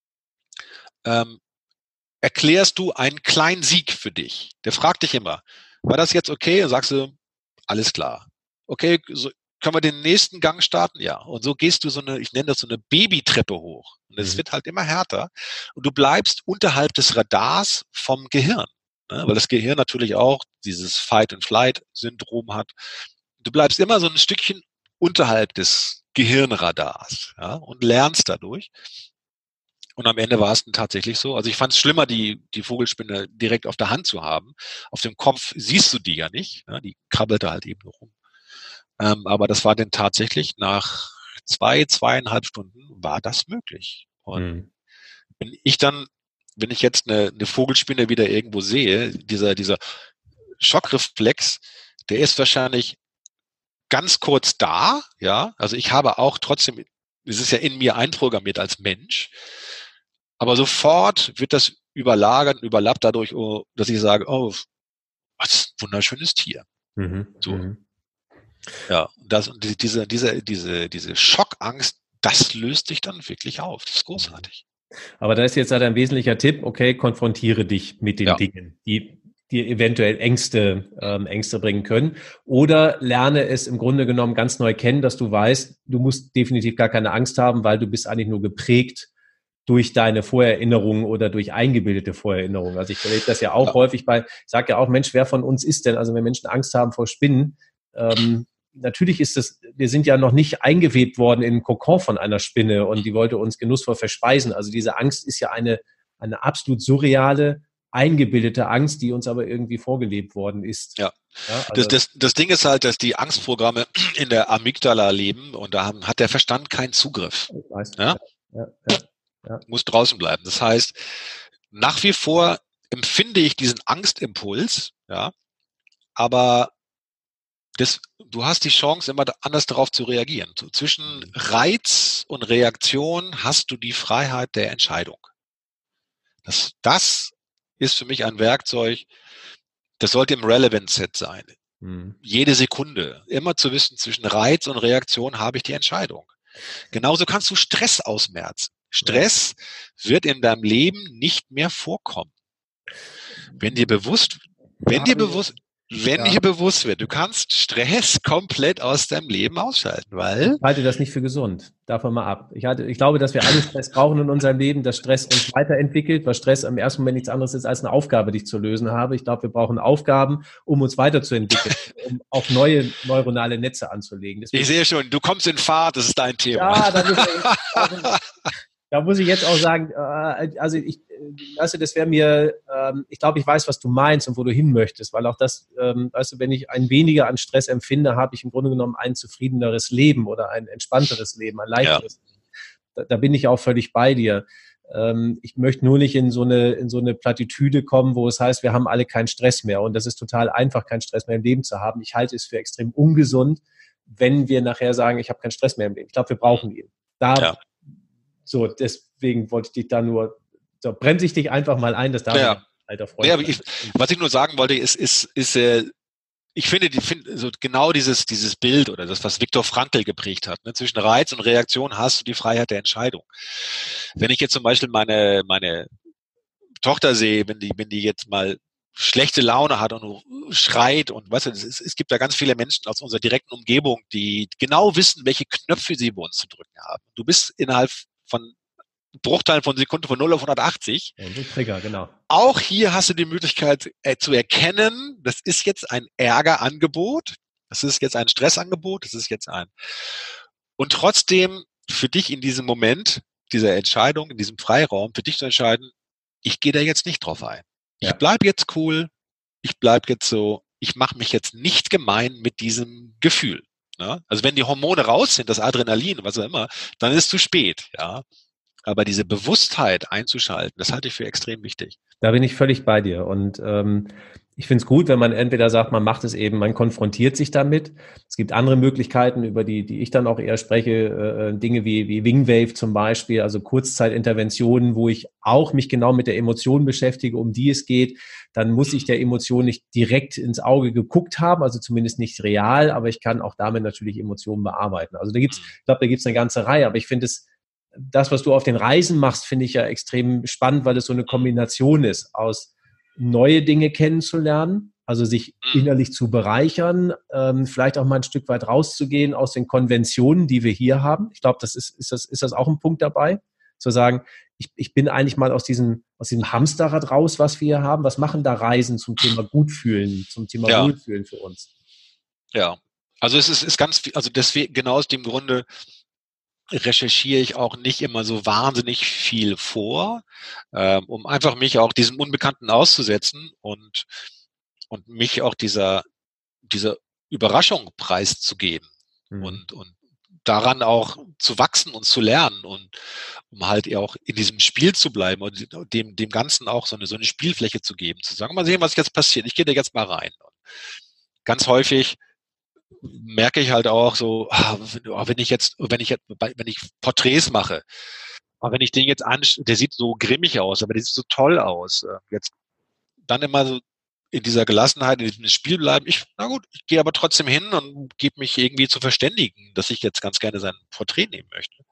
S2: ähm, erklärst du einen kleinen Sieg für dich. Der fragt dich immer, war das jetzt okay? Und sagst du, alles klar. Okay, so, können wir den nächsten Gang starten? Ja. Und so gehst du so eine, ich nenne das so eine Babytreppe hoch. Und es mhm. wird halt immer härter. Und du bleibst unterhalb des Radars vom Gehirn. Ne? Weil das Gehirn natürlich auch dieses Fight-and-Flight-Syndrom hat. Du bleibst immer so ein Stückchen unterhalb des Gehirnradars, ja, und lernst dadurch. Und am Ende war es dann tatsächlich so. Also ich fand es schlimmer, die, die Vogelspinne direkt auf der Hand zu haben. Auf dem Kopf siehst du die ja nicht. Ne? Die krabbelte halt eben nur rum. Ähm, aber das war dann tatsächlich nach zwei, zweieinhalb Stunden war das möglich. Und mhm. wenn ich dann, wenn ich jetzt eine, eine Vogelspinne wieder irgendwo sehe, dieser, dieser Schockreflex, der ist wahrscheinlich ganz kurz da, ja. Also ich habe auch trotzdem, es ist ja in mir einprogrammiert als Mensch, aber sofort wird das überlagert, überlappt dadurch, dass ich sage, oh, was ein wunderschönes Tier. Mhm. So. Mhm. Ja, das, diese, diese, diese, diese Schockangst, das löst dich dann wirklich auf. Das ist großartig.
S1: Aber da ist jetzt halt ein wesentlicher Tipp, okay, konfrontiere dich mit den ja. Dingen, die dir eventuell Ängste, ähm, Ängste bringen können. Oder lerne es im Grunde genommen ganz neu kennen, dass du weißt, du musst definitiv gar keine Angst haben, weil du bist eigentlich nur geprägt durch deine Vorerinnerungen oder durch eingebildete Vorerinnerungen. Also ich erlebe das ja auch ja. häufig bei, ich sage ja auch, Mensch, wer von uns ist denn, also wenn Menschen Angst haben vor Spinnen, ähm, natürlich ist es, wir sind ja noch nicht eingewebt worden in den Kokon von einer Spinne und die wollte uns genussvoll verspeisen. Also diese Angst ist ja eine, eine absolut surreale, eingebildete Angst, die uns aber irgendwie vorgelebt worden ist.
S2: Ja, ja also das, das, das Ding ist halt, dass die Angstprogramme in der Amygdala leben und da haben, hat der Verstand keinen Zugriff. Ich weiß, ja? Ja, ja, ja. Muss draußen bleiben. Das heißt, nach wie vor empfinde ich diesen Angstimpuls, ja, aber das, du hast die Chance, immer anders darauf zu reagieren. So, zwischen Reiz und Reaktion hast du die Freiheit der Entscheidung. Das, das ist für mich ein Werkzeug, das sollte im Relevance-Set sein. Mhm. Jede Sekunde. Immer zu wissen, zwischen Reiz und Reaktion habe ich die Entscheidung. Genauso kannst du Stress ausmerzen. Stress ja. wird in deinem Leben nicht mehr vorkommen. Wenn dir bewusst, wenn dir bewusst, Wenn ja. dir bewusst wird, du kannst Stress komplett aus deinem Leben ausschalten, weil...
S1: Ich halte das nicht für gesund. Davon mal ab. Ich, halte, ich glaube, dass wir alle Stress brauchen in unserem Leben, dass Stress uns weiterentwickelt, weil Stress im ersten Moment nichts anderes ist als eine Aufgabe, die ich zu lösen habe. Ich glaube, wir brauchen Aufgaben, um uns weiterzuentwickeln, um auch neue neuronale Netze anzulegen.
S2: Deswegen, ich sehe schon, du kommst in Fahrt, das ist dein Thema.
S1: Ja, dann ist er, Da muss ich jetzt auch sagen, äh, also ich, weißt du, das wäre mir, ähm, ich glaube, ich weiß, was du meinst und wo du hin möchtest, weil auch das, ähm, weißt du, wenn ich ein weniger an Stress empfinde, habe ich im Grunde genommen ein zufriedeneres Leben oder ein entspannteres Leben, ein leichteres ja. Leben. Da, da bin ich auch völlig bei dir. Ähm, ich möchte nur nicht in so eine, in so eine Plattitüde kommen, wo es heißt, wir haben alle keinen Stress mehr und das ist total einfach, keinen Stress mehr im Leben zu haben. Ich halte es für extrem ungesund, wenn wir nachher sagen, ich habe keinen Stress mehr im Leben. Ich glaube, wir brauchen ihn. da,
S2: ja.
S1: so, deswegen wollte ich dich da nur, so, bremse ich dich einfach mal ein, das darf
S2: Ja.
S1: ein alter Freund
S2: Ja,
S1: sein.
S2: ich, was ich nur sagen wollte, ist, ist, ist, äh, ich finde, die, find, so genau dieses, dieses Bild oder das, was Viktor Frankl geprägt hat, ne, zwischen Reiz und Reaktion hast du die Freiheit der Entscheidung. Wenn ich jetzt zum Beispiel meine, meine Tochter sehe, wenn die, wenn die jetzt mal schlechte Laune hat und schreit und weißt du, es, es gibt da ganz viele Menschen aus unserer direkten Umgebung, die genau wissen, welche Knöpfe sie bei uns zu drücken haben. Du bist innerhalb von Bruchteilen von Sekunden von null auf hundertachtzig.
S1: Und so Trigger, genau.
S2: Auch hier hast du die Möglichkeit äh, zu erkennen, das ist jetzt ein Ärgerangebot, das ist jetzt ein Stressangebot, das ist jetzt ein. Und trotzdem für dich in diesem Moment, dieser Entscheidung, in diesem Freiraum, für dich zu entscheiden, ich gehe da jetzt nicht drauf ein. Ich
S1: Ja.
S2: bleib jetzt cool, ich bleib jetzt so, ich mache mich jetzt nicht gemein mit diesem Gefühl. Ne? Also wenn die Hormone raus sind, das Adrenalin, was auch immer, dann ist es zu spät, ja. Aber diese Bewusstheit einzuschalten, das halte ich für extrem wichtig.
S1: Da bin ich völlig bei dir. Und ähm, ich finde es gut, wenn man entweder sagt, man macht es eben, man konfrontiert sich damit. Es gibt andere Möglichkeiten, über die, die ich dann auch eher spreche, äh, Dinge wie, wie Wingwave zum Beispiel, also Kurzzeitinterventionen, wo ich auch mich genau mit der Emotion beschäftige, um die es geht. Dann muss ich der Emotion nicht direkt ins Auge geguckt haben, also zumindest nicht real, aber ich kann auch damit natürlich Emotionen bearbeiten. Also da gibt's, ich glaube, da gibt's eine ganze Reihe, aber ich finde es, das, was du auf den Reisen machst, finde ich ja extrem spannend, weil es so eine Kombination ist aus neue Dinge kennenzulernen, also sich innerlich zu bereichern, ähm, vielleicht auch mal ein Stück weit rauszugehen aus den Konventionen, die wir hier haben. Ich glaube, das ist, ist das, ist das auch ein Punkt dabei, zu sagen, ich, ich bin eigentlich mal aus diesem, aus diesem Hamsterrad raus, was wir hier haben. Was machen da Reisen zum Thema Gutfühlen, zum Thema
S2: Ja.
S1: Wohlfühlen für uns?
S2: Ja, also es ist, ist ganz, also deswegen, genau aus dem Grunde recherchiere ich auch nicht immer so wahnsinnig viel vor, ähm, um einfach mich auch diesem Unbekannten auszusetzen und, und mich auch dieser, dieser Überraschung preiszugeben
S1: Mhm.
S2: und, und daran auch zu wachsen und zu lernen und um halt auch in diesem Spiel zu bleiben und dem, dem Ganzen auch so eine, so eine Spielfläche zu geben, zu sagen, mal sehen, was jetzt passiert. Ich gehe da jetzt mal rein. Und ganz häufig merke ich halt auch so, wenn ich jetzt, wenn ich jetzt, wenn ich Porträts mache, aber wenn ich den jetzt anschaue, der sieht so grimmig aus, aber der sieht so toll aus. Jetzt dann immer so in dieser Gelassenheit, in diesem Spiel bleiben. Ich, na gut, ich gehe aber trotzdem hin und gebe mich irgendwie zu verständigen, dass ich jetzt ganz gerne sein Porträt nehmen möchte.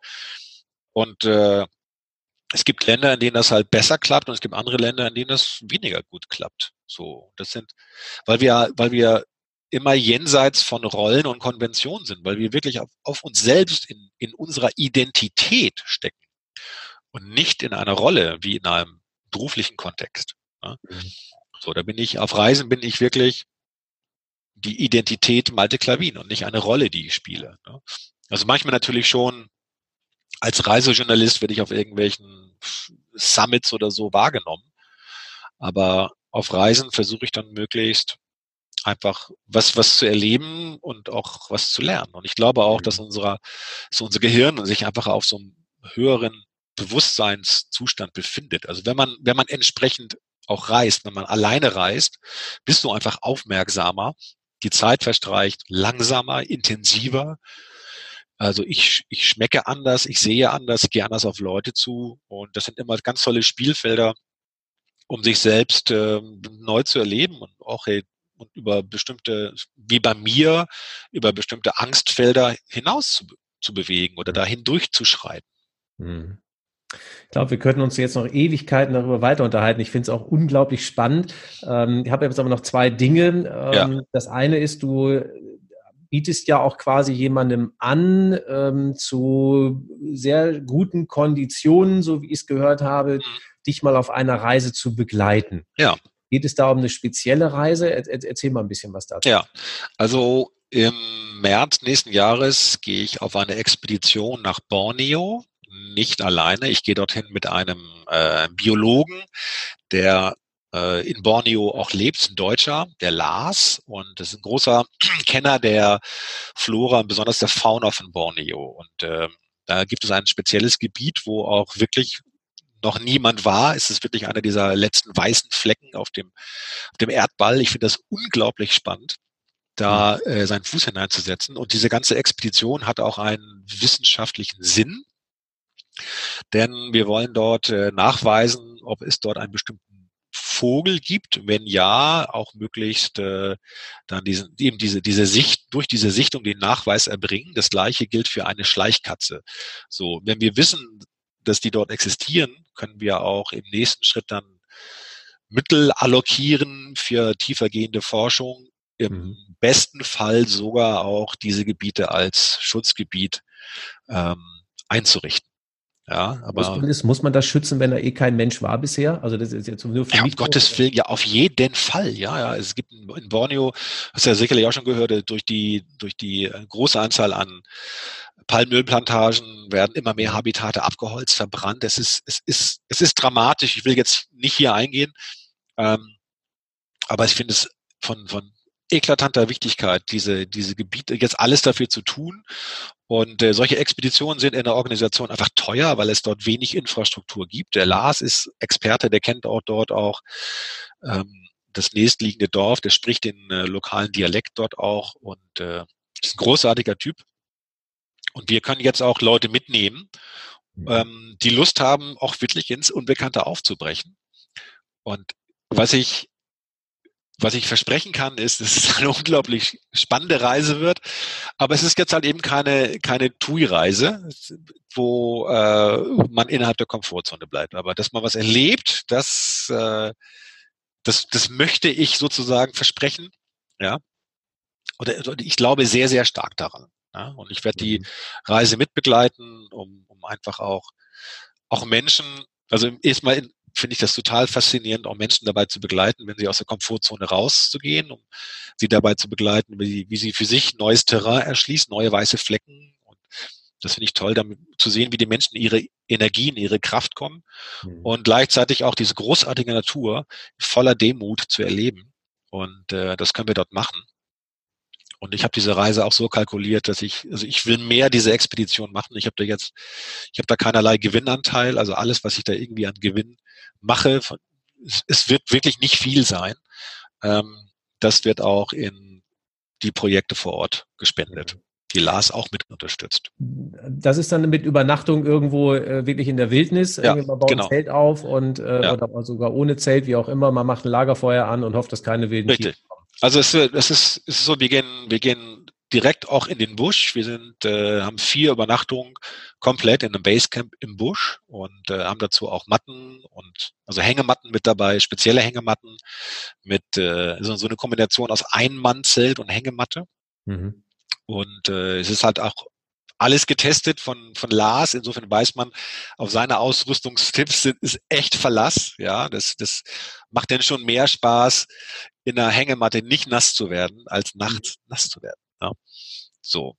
S2: Und äh, es gibt Länder, in denen das halt besser klappt und es gibt andere Länder, in denen das weniger gut klappt. So, das sind, weil wir, weil wir immer jenseits von Rollen und Konventionen sind, weil wir wirklich auf, auf uns selbst in, in unserer Identität stecken und nicht in einer Rolle wie in einem beruflichen Kontext. Ne? Mhm. So, da bin ich, auf Reisen bin ich wirklich die Identität Malte Klavin und nicht eine Rolle, die ich spiele. Ne? Also manchmal natürlich schon als Reisejournalist werde ich auf irgendwelchen Summits oder so wahrgenommen. Aber auf Reisen versuche ich dann möglichst einfach was, was zu erleben und auch was zu lernen. Und ich glaube auch, dass unser, so unser Gehirn sich einfach auf so einem höheren Bewusstseinszustand befindet. Also wenn man, wenn man entsprechend auch reist, wenn man alleine reist, bist du einfach aufmerksamer. Die Zeit verstreicht langsamer, intensiver. Also ich, ich schmecke anders, ich sehe anders, ich gehe anders auf Leute zu. Und das sind immer ganz tolle Spielfelder, um sich selbst äh, neu zu erleben und auch hey, und über bestimmte, wie bei mir, über bestimmte Angstfelder hinaus zu, zu bewegen oder da hindurch zu schreiten.
S1: Mhm. Ich glaube, wir könnten uns jetzt noch Ewigkeiten darüber weiter unterhalten. Ich finde es auch unglaublich spannend. Ähm, ich habe jetzt aber noch zwei Dinge. Ähm, ja. Das eine ist, du bietest ja auch quasi jemandem an, ähm, zu sehr guten Konditionen, so wie ich es gehört habe, mhm. dich mal auf einer Reise zu begleiten.
S2: Ja.
S1: Geht es da um eine spezielle Reise? Er, er, erzähl mal ein bisschen was dazu.
S2: Ja, also im März nächsten Jahres gehe ich auf eine Expedition nach Borneo. Nicht alleine. Ich gehe dorthin mit einem äh, Biologen, der äh, in Borneo auch lebt, ein Deutscher, der Lars. Und das ist ein großer Kenner der Flora und besonders der Fauna von Borneo. Und äh, da gibt es ein spezielles Gebiet, wo auch wirklich noch niemand war. Es ist wirklich einer dieser letzten weißen Flecken auf dem, auf dem Erdball. Ich finde das unglaublich spannend, da äh, seinen Fuß hineinzusetzen. Und diese ganze Expedition hat auch einen wissenschaftlichen Sinn. denn wir wollen dort äh, nachweisen, ob es dort einen bestimmten Vogel gibt, wenn ja, auch möglichst äh, dann diesen, eben diese, diese Sicht, durch diese Sichtung den Nachweis erbringen. Das Gleiche gilt für eine Schleichkatze. So, wenn wir wissen, dass die dort existieren, können wir auch im nächsten Schritt dann Mittel allokieren für tiefergehende Forschung. Im
S1: Mhm.
S2: besten Fall sogar auch diese Gebiete als Schutzgebiet ähm, einzurichten. Ja,
S1: Muss
S2: aber
S1: man das, muss man das schützen, wenn da eh kein Mensch war bisher? Also das ist jetzt nur für
S2: ja, um
S1: mich so.
S2: Gottes Willen, ja, auf jeden Fall. Ja, ja, es gibt in, in Borneo, hast du ja sicherlich auch schon gehört, äh, durch die, durch die äh, große Anzahl an Palmölplantagen werden immer mehr
S1: Ja.
S2: Habitate abgeholzt, verbrannt. Es ist, es ist, es ist dramatisch. Ich will jetzt nicht hier eingehen. Ähm, aber ich finde es von, von eklatanter Wichtigkeit, diese, diese Gebiete, jetzt alles dafür zu tun. Und äh, solche Expeditionen sind in der Organisation einfach teuer, weil es dort wenig Infrastruktur gibt. Der Lars ist Experte, der kennt auch dort auch ähm, das nächstliegende Dorf, der spricht den äh, lokalen Dialekt dort auch und äh, ist ein großartiger Typ. Und wir können jetzt auch Leute mitnehmen,
S1: Mhm.
S2: ähm, die Lust haben, auch wirklich ins Unbekannte aufzubrechen. Und was ich Was ich versprechen kann, ist, dass es eine unglaublich spannende Reise wird. Aber es ist jetzt halt eben keine, keine T U I-Reise, wo äh, man innerhalb der Komfortzone bleibt. Aber dass man was erlebt, das, äh, das, das möchte ich sozusagen versprechen. Ja. Oder, oder ich glaube sehr, sehr stark daran. Ja. Und ich werde die
S1: Mhm.
S2: Reise mitbegleiten, um, um einfach auch, auch Menschen, also erstmal finde ich das total faszinierend, auch Menschen dabei zu begleiten, wenn sie aus der Komfortzone rauszugehen, um sie dabei zu begleiten, wie, wie sie für sich neues Terrain erschließen, neue weiße Flecken. Und das finde ich toll, damit zu sehen, wie die Menschen ihre Energien, ihre Kraft kommen
S1: Mhm.
S2: und gleichzeitig auch diese großartige Natur voller Demut zu erleben. Und äh, das können wir dort machen. Und ich habe diese Reise auch so kalkuliert, dass ich, also ich will mehr diese Expedition machen. Ich habe da jetzt, ich habe da keinerlei Gewinnanteil. Also alles, was ich da irgendwie an Gewinn mache, von, es, es wird wirklich nicht viel sein. Ähm, das wird auch in die Projekte vor Ort gespendet, die Lars auch mit unterstützt.
S1: Das ist dann mit Übernachtung irgendwo äh, wirklich in der Wildnis.
S2: Ja,
S1: Irgendwie man baut ein
S2: genau.
S1: Zelt auf und äh,
S2: Ja,
S1: oder sogar ohne Zelt, wie auch immer. Man macht ein Lagerfeuer an und hofft, dass keine wilden Tiere
S2: richtig.
S1: kommen.
S2: Also es, es, ist, es ist so, wir gehen, wir gehen direkt auch in den Busch. Wir sind, äh, haben vier Übernachtungen komplett in einem Basecamp im Busch und äh, haben dazu auch Matten und also Hängematten mit dabei, spezielle Hängematten mit äh, so, so eine Kombination aus Einmannzelt und Hängematte.
S1: Mhm.
S2: Und äh, es ist halt auch alles getestet von, von Lars. Insofern weiß man, auf seine Ausrüstungstipps sind, ist echt Verlass. Ja, das, das macht denn schon mehr Spaß, in einer Hängematte nicht nass zu werden, als nachts nass zu werden. Ja. So.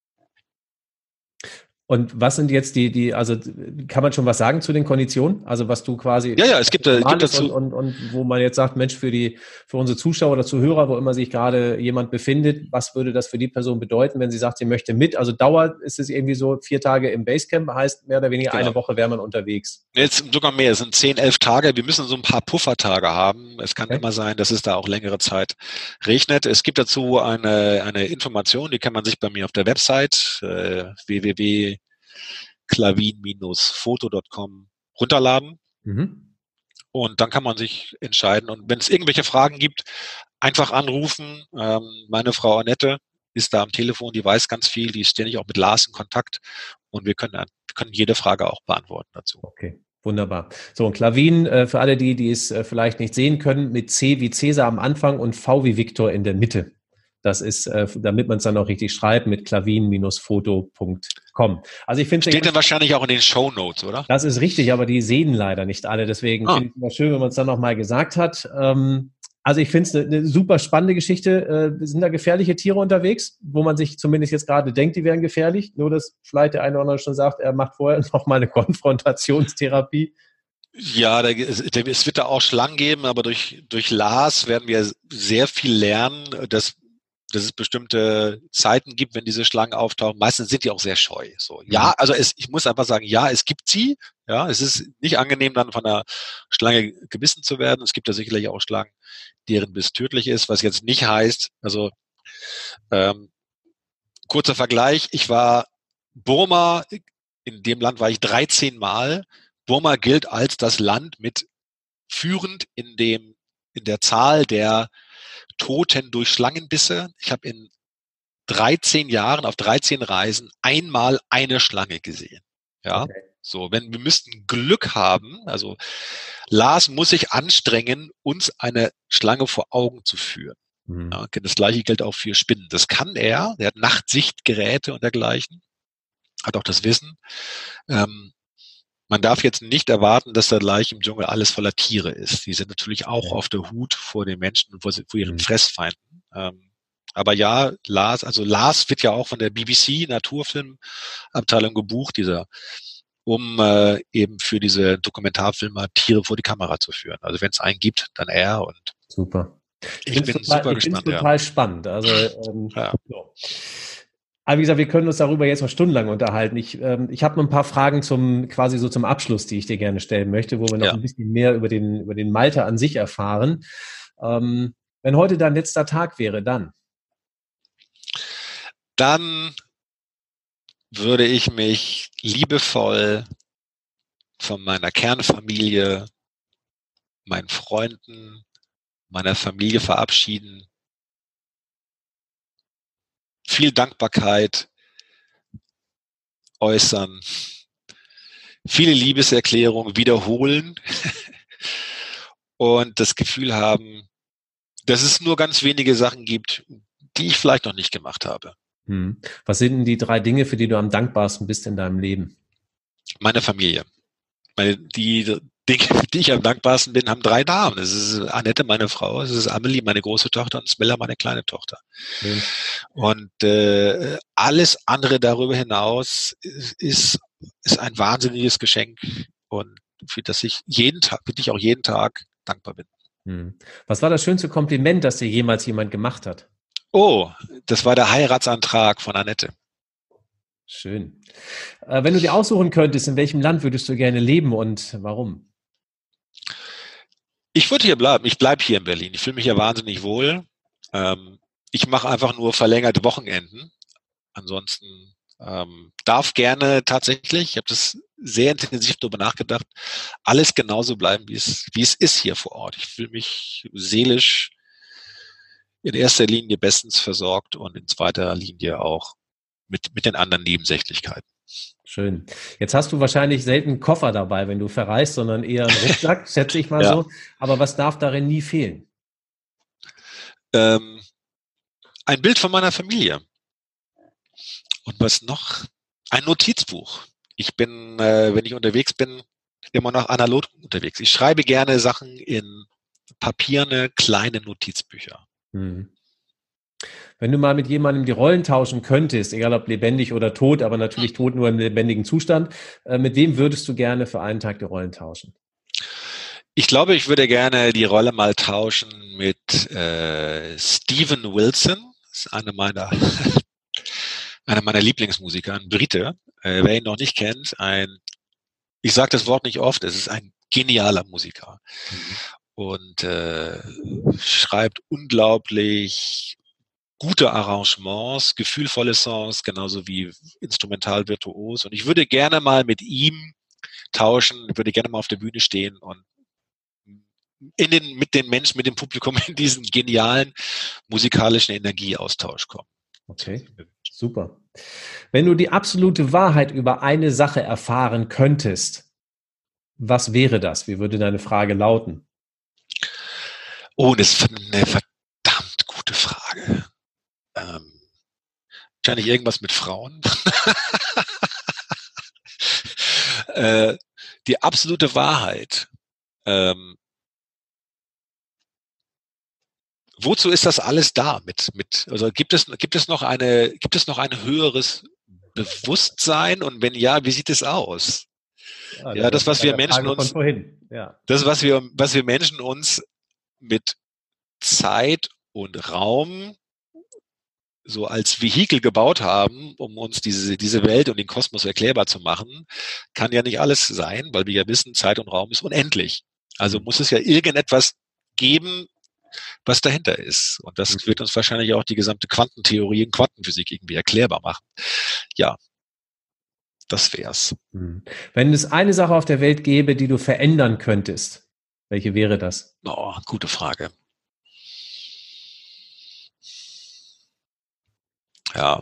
S1: Und was sind jetzt die, die, also kann man schon was sagen zu den Konditionen? Also was du quasi
S2: Ja, ja, es
S1: was
S2: gibt, äh,
S1: normal
S2: gibt
S1: ist und,
S2: dazu,
S1: und, und wo man jetzt sagt, Mensch, für die, für unsere Zuschauer oder Zuhörer, wo immer sich gerade jemand befindet, was würde das für die Person bedeuten, wenn sie sagt, sie möchte mit? Also Dauer ist es irgendwie so vier Tage im Basecamp, heißt mehr oder weniger
S2: genau.
S1: eine Woche wäre man unterwegs.
S2: Jetzt sogar mehr, es sind zehn, elf Tage. Wir müssen so ein paar Puffertage haben. Es kann
S1: Okay.
S2: immer sein, dass es da auch längere Zeit regnet. Es gibt dazu eine, eine Information, die kann man sich bei mir auf der Website äh, w w w punkt clavin foto punkt com runterladen.
S1: Mhm.
S2: Und dann kann man sich entscheiden. Und wenn es irgendwelche Fragen gibt, einfach anrufen. Ähm, meine Frau Annette ist da am Telefon, die weiß ganz viel, die ist ständig auch mit Lars in Kontakt. Und wir können, wir können jede Frage auch beantworten dazu.
S1: Okay, wunderbar. So, und Clavin, äh, für alle die, die es äh, vielleicht nicht sehen können, mit C wie Cäsar am Anfang und V wie Viktor in der Mitte. Das ist, äh, damit man es dann auch richtig schreibt, mit clavin foto punkt com. Also ich finde es
S2: Steht dann wahrscheinlich auch in den Shownotes, oder?
S1: das ist richtig, aber die sehen leider nicht alle. Deswegen
S2: Ah,
S1: finde ich es immer schön, wenn man es dann nochmal gesagt hat. Ähm, also ich finde es eine, eine super spannende Geschichte. Äh, sind da gefährliche Tiere unterwegs, wo man sich zumindest jetzt gerade denkt, die wären gefährlich? Nur, dass vielleicht der eine oder andere schon sagt, er macht vorher nochmal eine Konfrontationstherapie.
S2: ja, da, es es wird da auch Schlangen geben, aber durch, durch Lars werden wir sehr viel lernen, dass, dass es bestimmte Zeiten gibt, wenn diese Schlangen auftauchen. Meistens sind die auch sehr scheu. So, ja,
S1: Mhm.
S2: also es, ich muss einfach sagen, ja, es gibt sie. Ja, es ist nicht angenehm, dann von einer Schlange gebissen zu werden. Es gibt da sicherlich auch Schlangen, deren Biss tödlich ist, was jetzt nicht heißt, also ähm, kurzer Vergleich, ich war Burma in dem Land war ich dreizehn Mal. Burma gilt als das Land mit führend in dem, in der Zahl der Toten durch Schlangenbisse. Ich habe in dreizehn Jahren auf dreizehn Reisen einmal eine Schlange gesehen. Ja, okay. So, wenn wir müssten Glück haben, also Lars muss sich anstrengen, uns eine Schlange vor Augen zu führen. Mhm. Ja, das gleiche gilt auch für Spinnen. Das kann er, er hat Nachtsichtgeräte und dergleichen, hat auch das Wissen. Ähm, man darf jetzt nicht erwarten, dass da gleich im Dschungel alles voller Tiere ist. Die sind natürlich auch ja. auf der Hut vor den Menschen und vor, vor ihren mhm. Fressfeinden. Ähm, aber ja, Lars, also Lars wird ja auch von der B B C Naturfilmabteilung gebucht, dieser um äh, eben für diese Dokumentarfilme Tiere vor die Kamera zu führen. Also wenn es einen gibt, dann er und
S1: super.
S2: Ich, ich bin
S1: total,
S2: super
S1: ich
S2: gespannt.
S1: Ich total
S2: ja.
S1: spannend. Also ähm,
S2: ja.
S1: so. Aber wie gesagt, wir können uns darüber jetzt noch stundenlang unterhalten. Ich, ähm, ich habe noch ein paar Fragen zum quasi so zum Abschluss, die ich dir gerne stellen möchte, wo wir noch ja. ein bisschen mehr über den über den Malte an sich erfahren. Ähm, wenn heute dein letzter Tag wäre, dann?
S2: Dann würde ich mich liebevoll von meiner Kernfamilie, meinen Freunden, meiner Familie verabschieden. Viel Dankbarkeit äußern, viele Liebeserklärungen wiederholen und das Gefühl haben, dass es nur ganz wenige Sachen gibt, die ich vielleicht noch nicht gemacht habe.
S1: Hm. Was sind denn die drei Dinge, für die du am dankbarsten bist in deinem Leben?
S2: Meine Familie. Meine, die Dinge, für die ich am dankbarsten bin, haben drei Namen. Es ist Annette, meine Frau, es ist Amelie, meine große Tochter, und Smella, meine kleine Tochter. Schön. Und äh, alles andere darüber hinaus ist, ist ein wahnsinniges Geschenk und für das ich jeden Tag, wirklich auch jeden Tag dankbar bin.
S1: Hm. Was war das schönste Kompliment, das dir jemals jemand gemacht hat?
S2: Oh, das war der Heiratsantrag von Annette.
S1: Schön. Äh, wenn du dir aussuchen könntest, in welchem Land würdest du gerne leben und warum?
S2: Ich würde hier bleiben. Ich bleibe hier in Berlin. Ich fühle mich hier wahnsinnig wohl. Ähm, ich mache einfach nur verlängerte Wochenenden. Ansonsten ähm, darf gerne tatsächlich, ich habe das sehr intensiv darüber nachgedacht, alles genauso bleiben, wie es, wie es ist hier vor Ort. Ich fühle mich seelisch in erster Linie bestens versorgt und in zweiter Linie auch mit, mit den anderen Nebensächlichkeiten.
S1: Schön. Jetzt hast du wahrscheinlich selten einen Koffer dabei, wenn du verreist, sondern eher einen Rucksack, schätze ich mal ja. so. Aber was darf darin nie fehlen?
S2: Ähm, ein Bild von meiner Familie. Und was noch? Ein Notizbuch. Ich bin, äh, wenn ich unterwegs bin, immer noch analog unterwegs. Ich schreibe gerne Sachen in papierne, kleine Notizbücher.
S1: Hm. Wenn du mal mit jemandem die Rollen tauschen könntest, egal ob lebendig oder tot, aber natürlich tot nur im lebendigen Zustand, äh, mit wem würdest du gerne für einen Tag die Rollen tauschen?
S2: Ich glaube, ich würde gerne die Rolle mal tauschen mit äh, Steven Wilson. Das ist einer meiner, einer meiner Lieblingsmusiker, ein Brite. Äh, wer ihn noch nicht kennt, ein, ich sage das Wort nicht oft, es ist ein genialer Musiker. Mhm. Und äh, schreibt unglaublich gute Arrangements, gefühlvolle Songs, genauso wie instrumental virtuos. Und ich würde gerne mal mit ihm tauschen, würde gerne mal auf der Bühne stehen und in den, mit den Menschen, mit dem Publikum in diesen genialen musikalischen Energieaustausch kommen.
S1: Okay, super. Wenn du die absolute Wahrheit über eine Sache erfahren könntest, was wäre das? Wie würde deine Frage lauten?
S2: Oh, das ist eine verdammt gute Frage. Ähm, wahrscheinlich irgendwas mit Frauen. äh, die absolute Wahrheit. Ähm, wozu ist das alles da? Mit, mit, also gibt es, gibt es noch eine, gibt es noch ein höheres Bewusstsein? Und wenn ja, wie sieht es aus? Ja, ja das, was wir Menschen uns, ja. das, was wir, was wir Menschen uns mit Zeit und Raum so als Vehikel gebaut haben, um uns diese, diese Welt und den Kosmos erklärbar zu machen, kann ja nicht alles sein, weil wir ja wissen, Zeit und Raum ist unendlich. Also muss es ja irgendetwas geben, was dahinter ist. Und das wird uns wahrscheinlich auch die gesamte Quantentheorie und Quantenphysik irgendwie erklärbar machen. Ja. Das wär's.
S1: Wenn es eine Sache auf der Welt gäbe, die du verändern könntest, welche wäre das?
S2: Oh, gute Frage. Ja.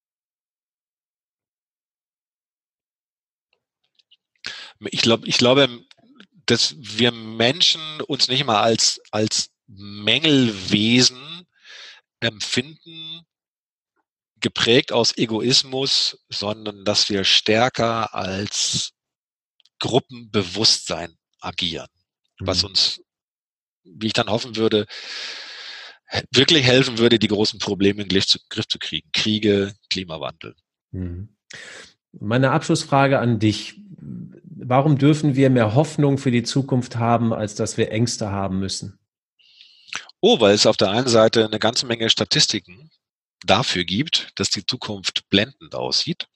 S2: Ich glaube, ich glaube, dass wir Menschen uns nicht mal als, als Mängelwesen empfinden, geprägt aus Egoismus, sondern dass wir stärker als Gruppenbewusstsein agieren, was uns, wie ich dann hoffen würde, wirklich helfen würde, die großen Probleme in den Griff zu kriegen. Kriege, Klimawandel.
S1: Meine Abschlussfrage an dich. Warum dürfen wir mehr Hoffnung für die Zukunft haben, als dass wir Ängste haben müssen?
S2: Oh, weil es auf der einen Seite eine ganze Menge Statistiken dafür gibt, dass die Zukunft blendend aussieht.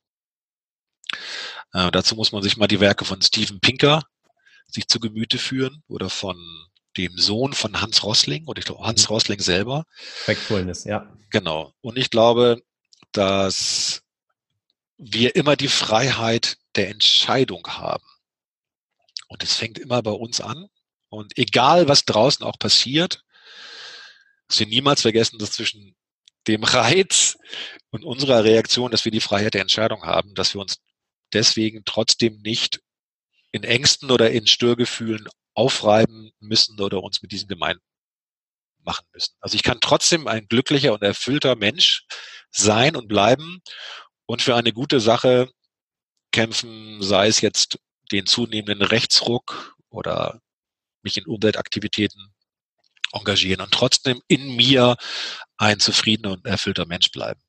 S2: Äh, dazu muss man sich mal die Werke von Steven Pinker sich zu Gemüte führen oder von dem Sohn von Hans Rosling oder ich glaube Hans Rosling selber.
S1: Factfulness, ja.
S2: Genau. Und ich glaube, dass wir immer die Freiheit der Entscheidung haben. Und es fängt immer bei uns an. Und egal, was draußen auch passiert, dass wir niemals vergessen, dass zwischen dem Reiz und unserer Reaktion, dass wir die Freiheit der Entscheidung haben, dass wir uns deswegen trotzdem nicht in Ängsten oder in Störgefühlen aufreiben müssen oder uns mit diesem gemein machen müssen. Also ich kann trotzdem ein glücklicher und erfüllter Mensch sein und bleiben und für eine gute Sache kämpfen, sei es jetzt den zunehmenden Rechtsruck oder mich in Umweltaktivitäten engagieren und trotzdem in mir ein zufriedener und erfüllter Mensch bleiben.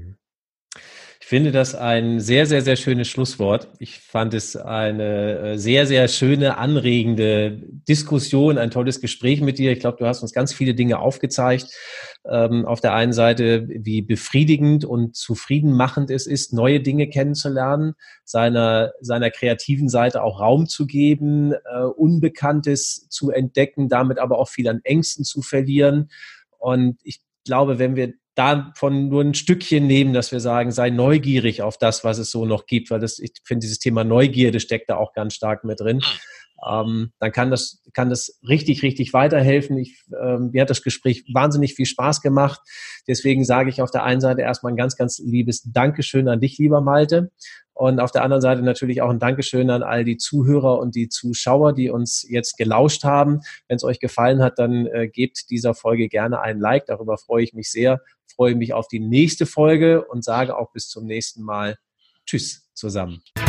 S1: Ich finde das ein sehr, sehr, sehr schönes Schlusswort. Ich fand es eine sehr, sehr schöne, anregende Diskussion, ein tolles Gespräch mit dir. Ich glaube, du hast uns ganz viele Dinge aufgezeigt. Ähm, auf der einen Seite, wie befriedigend und zufriedenmachend es ist, neue Dinge kennenzulernen, seiner, seiner kreativen Seite auch Raum zu geben, äh, Unbekanntes zu entdecken, damit aber auch viel an Ängsten zu verlieren. Und ich glaube, wenn wir davon nur ein Stückchen nehmen, dass wir sagen, sei neugierig auf das, was es so noch gibt, weil das, ich finde, dieses Thema Neugierde steckt da auch ganz stark mit drin. Ähm, dann kann das, kann das richtig, richtig weiterhelfen. Ich, ähm, mir hat das Gespräch wahnsinnig viel Spaß gemacht. Deswegen sage ich auf der einen Seite erstmal ein ganz, ganz liebes Dankeschön an dich, lieber Malte. Und auf der anderen Seite natürlich auch ein Dankeschön an all die Zuhörer und die Zuschauer, die uns jetzt gelauscht haben. Wenn es euch gefallen hat, dann äh, gebt dieser Folge gerne einen Like. Darüber freue ich mich sehr. Freue mich auf die nächste Folge und sage auch bis zum nächsten Mal Tschüss zusammen.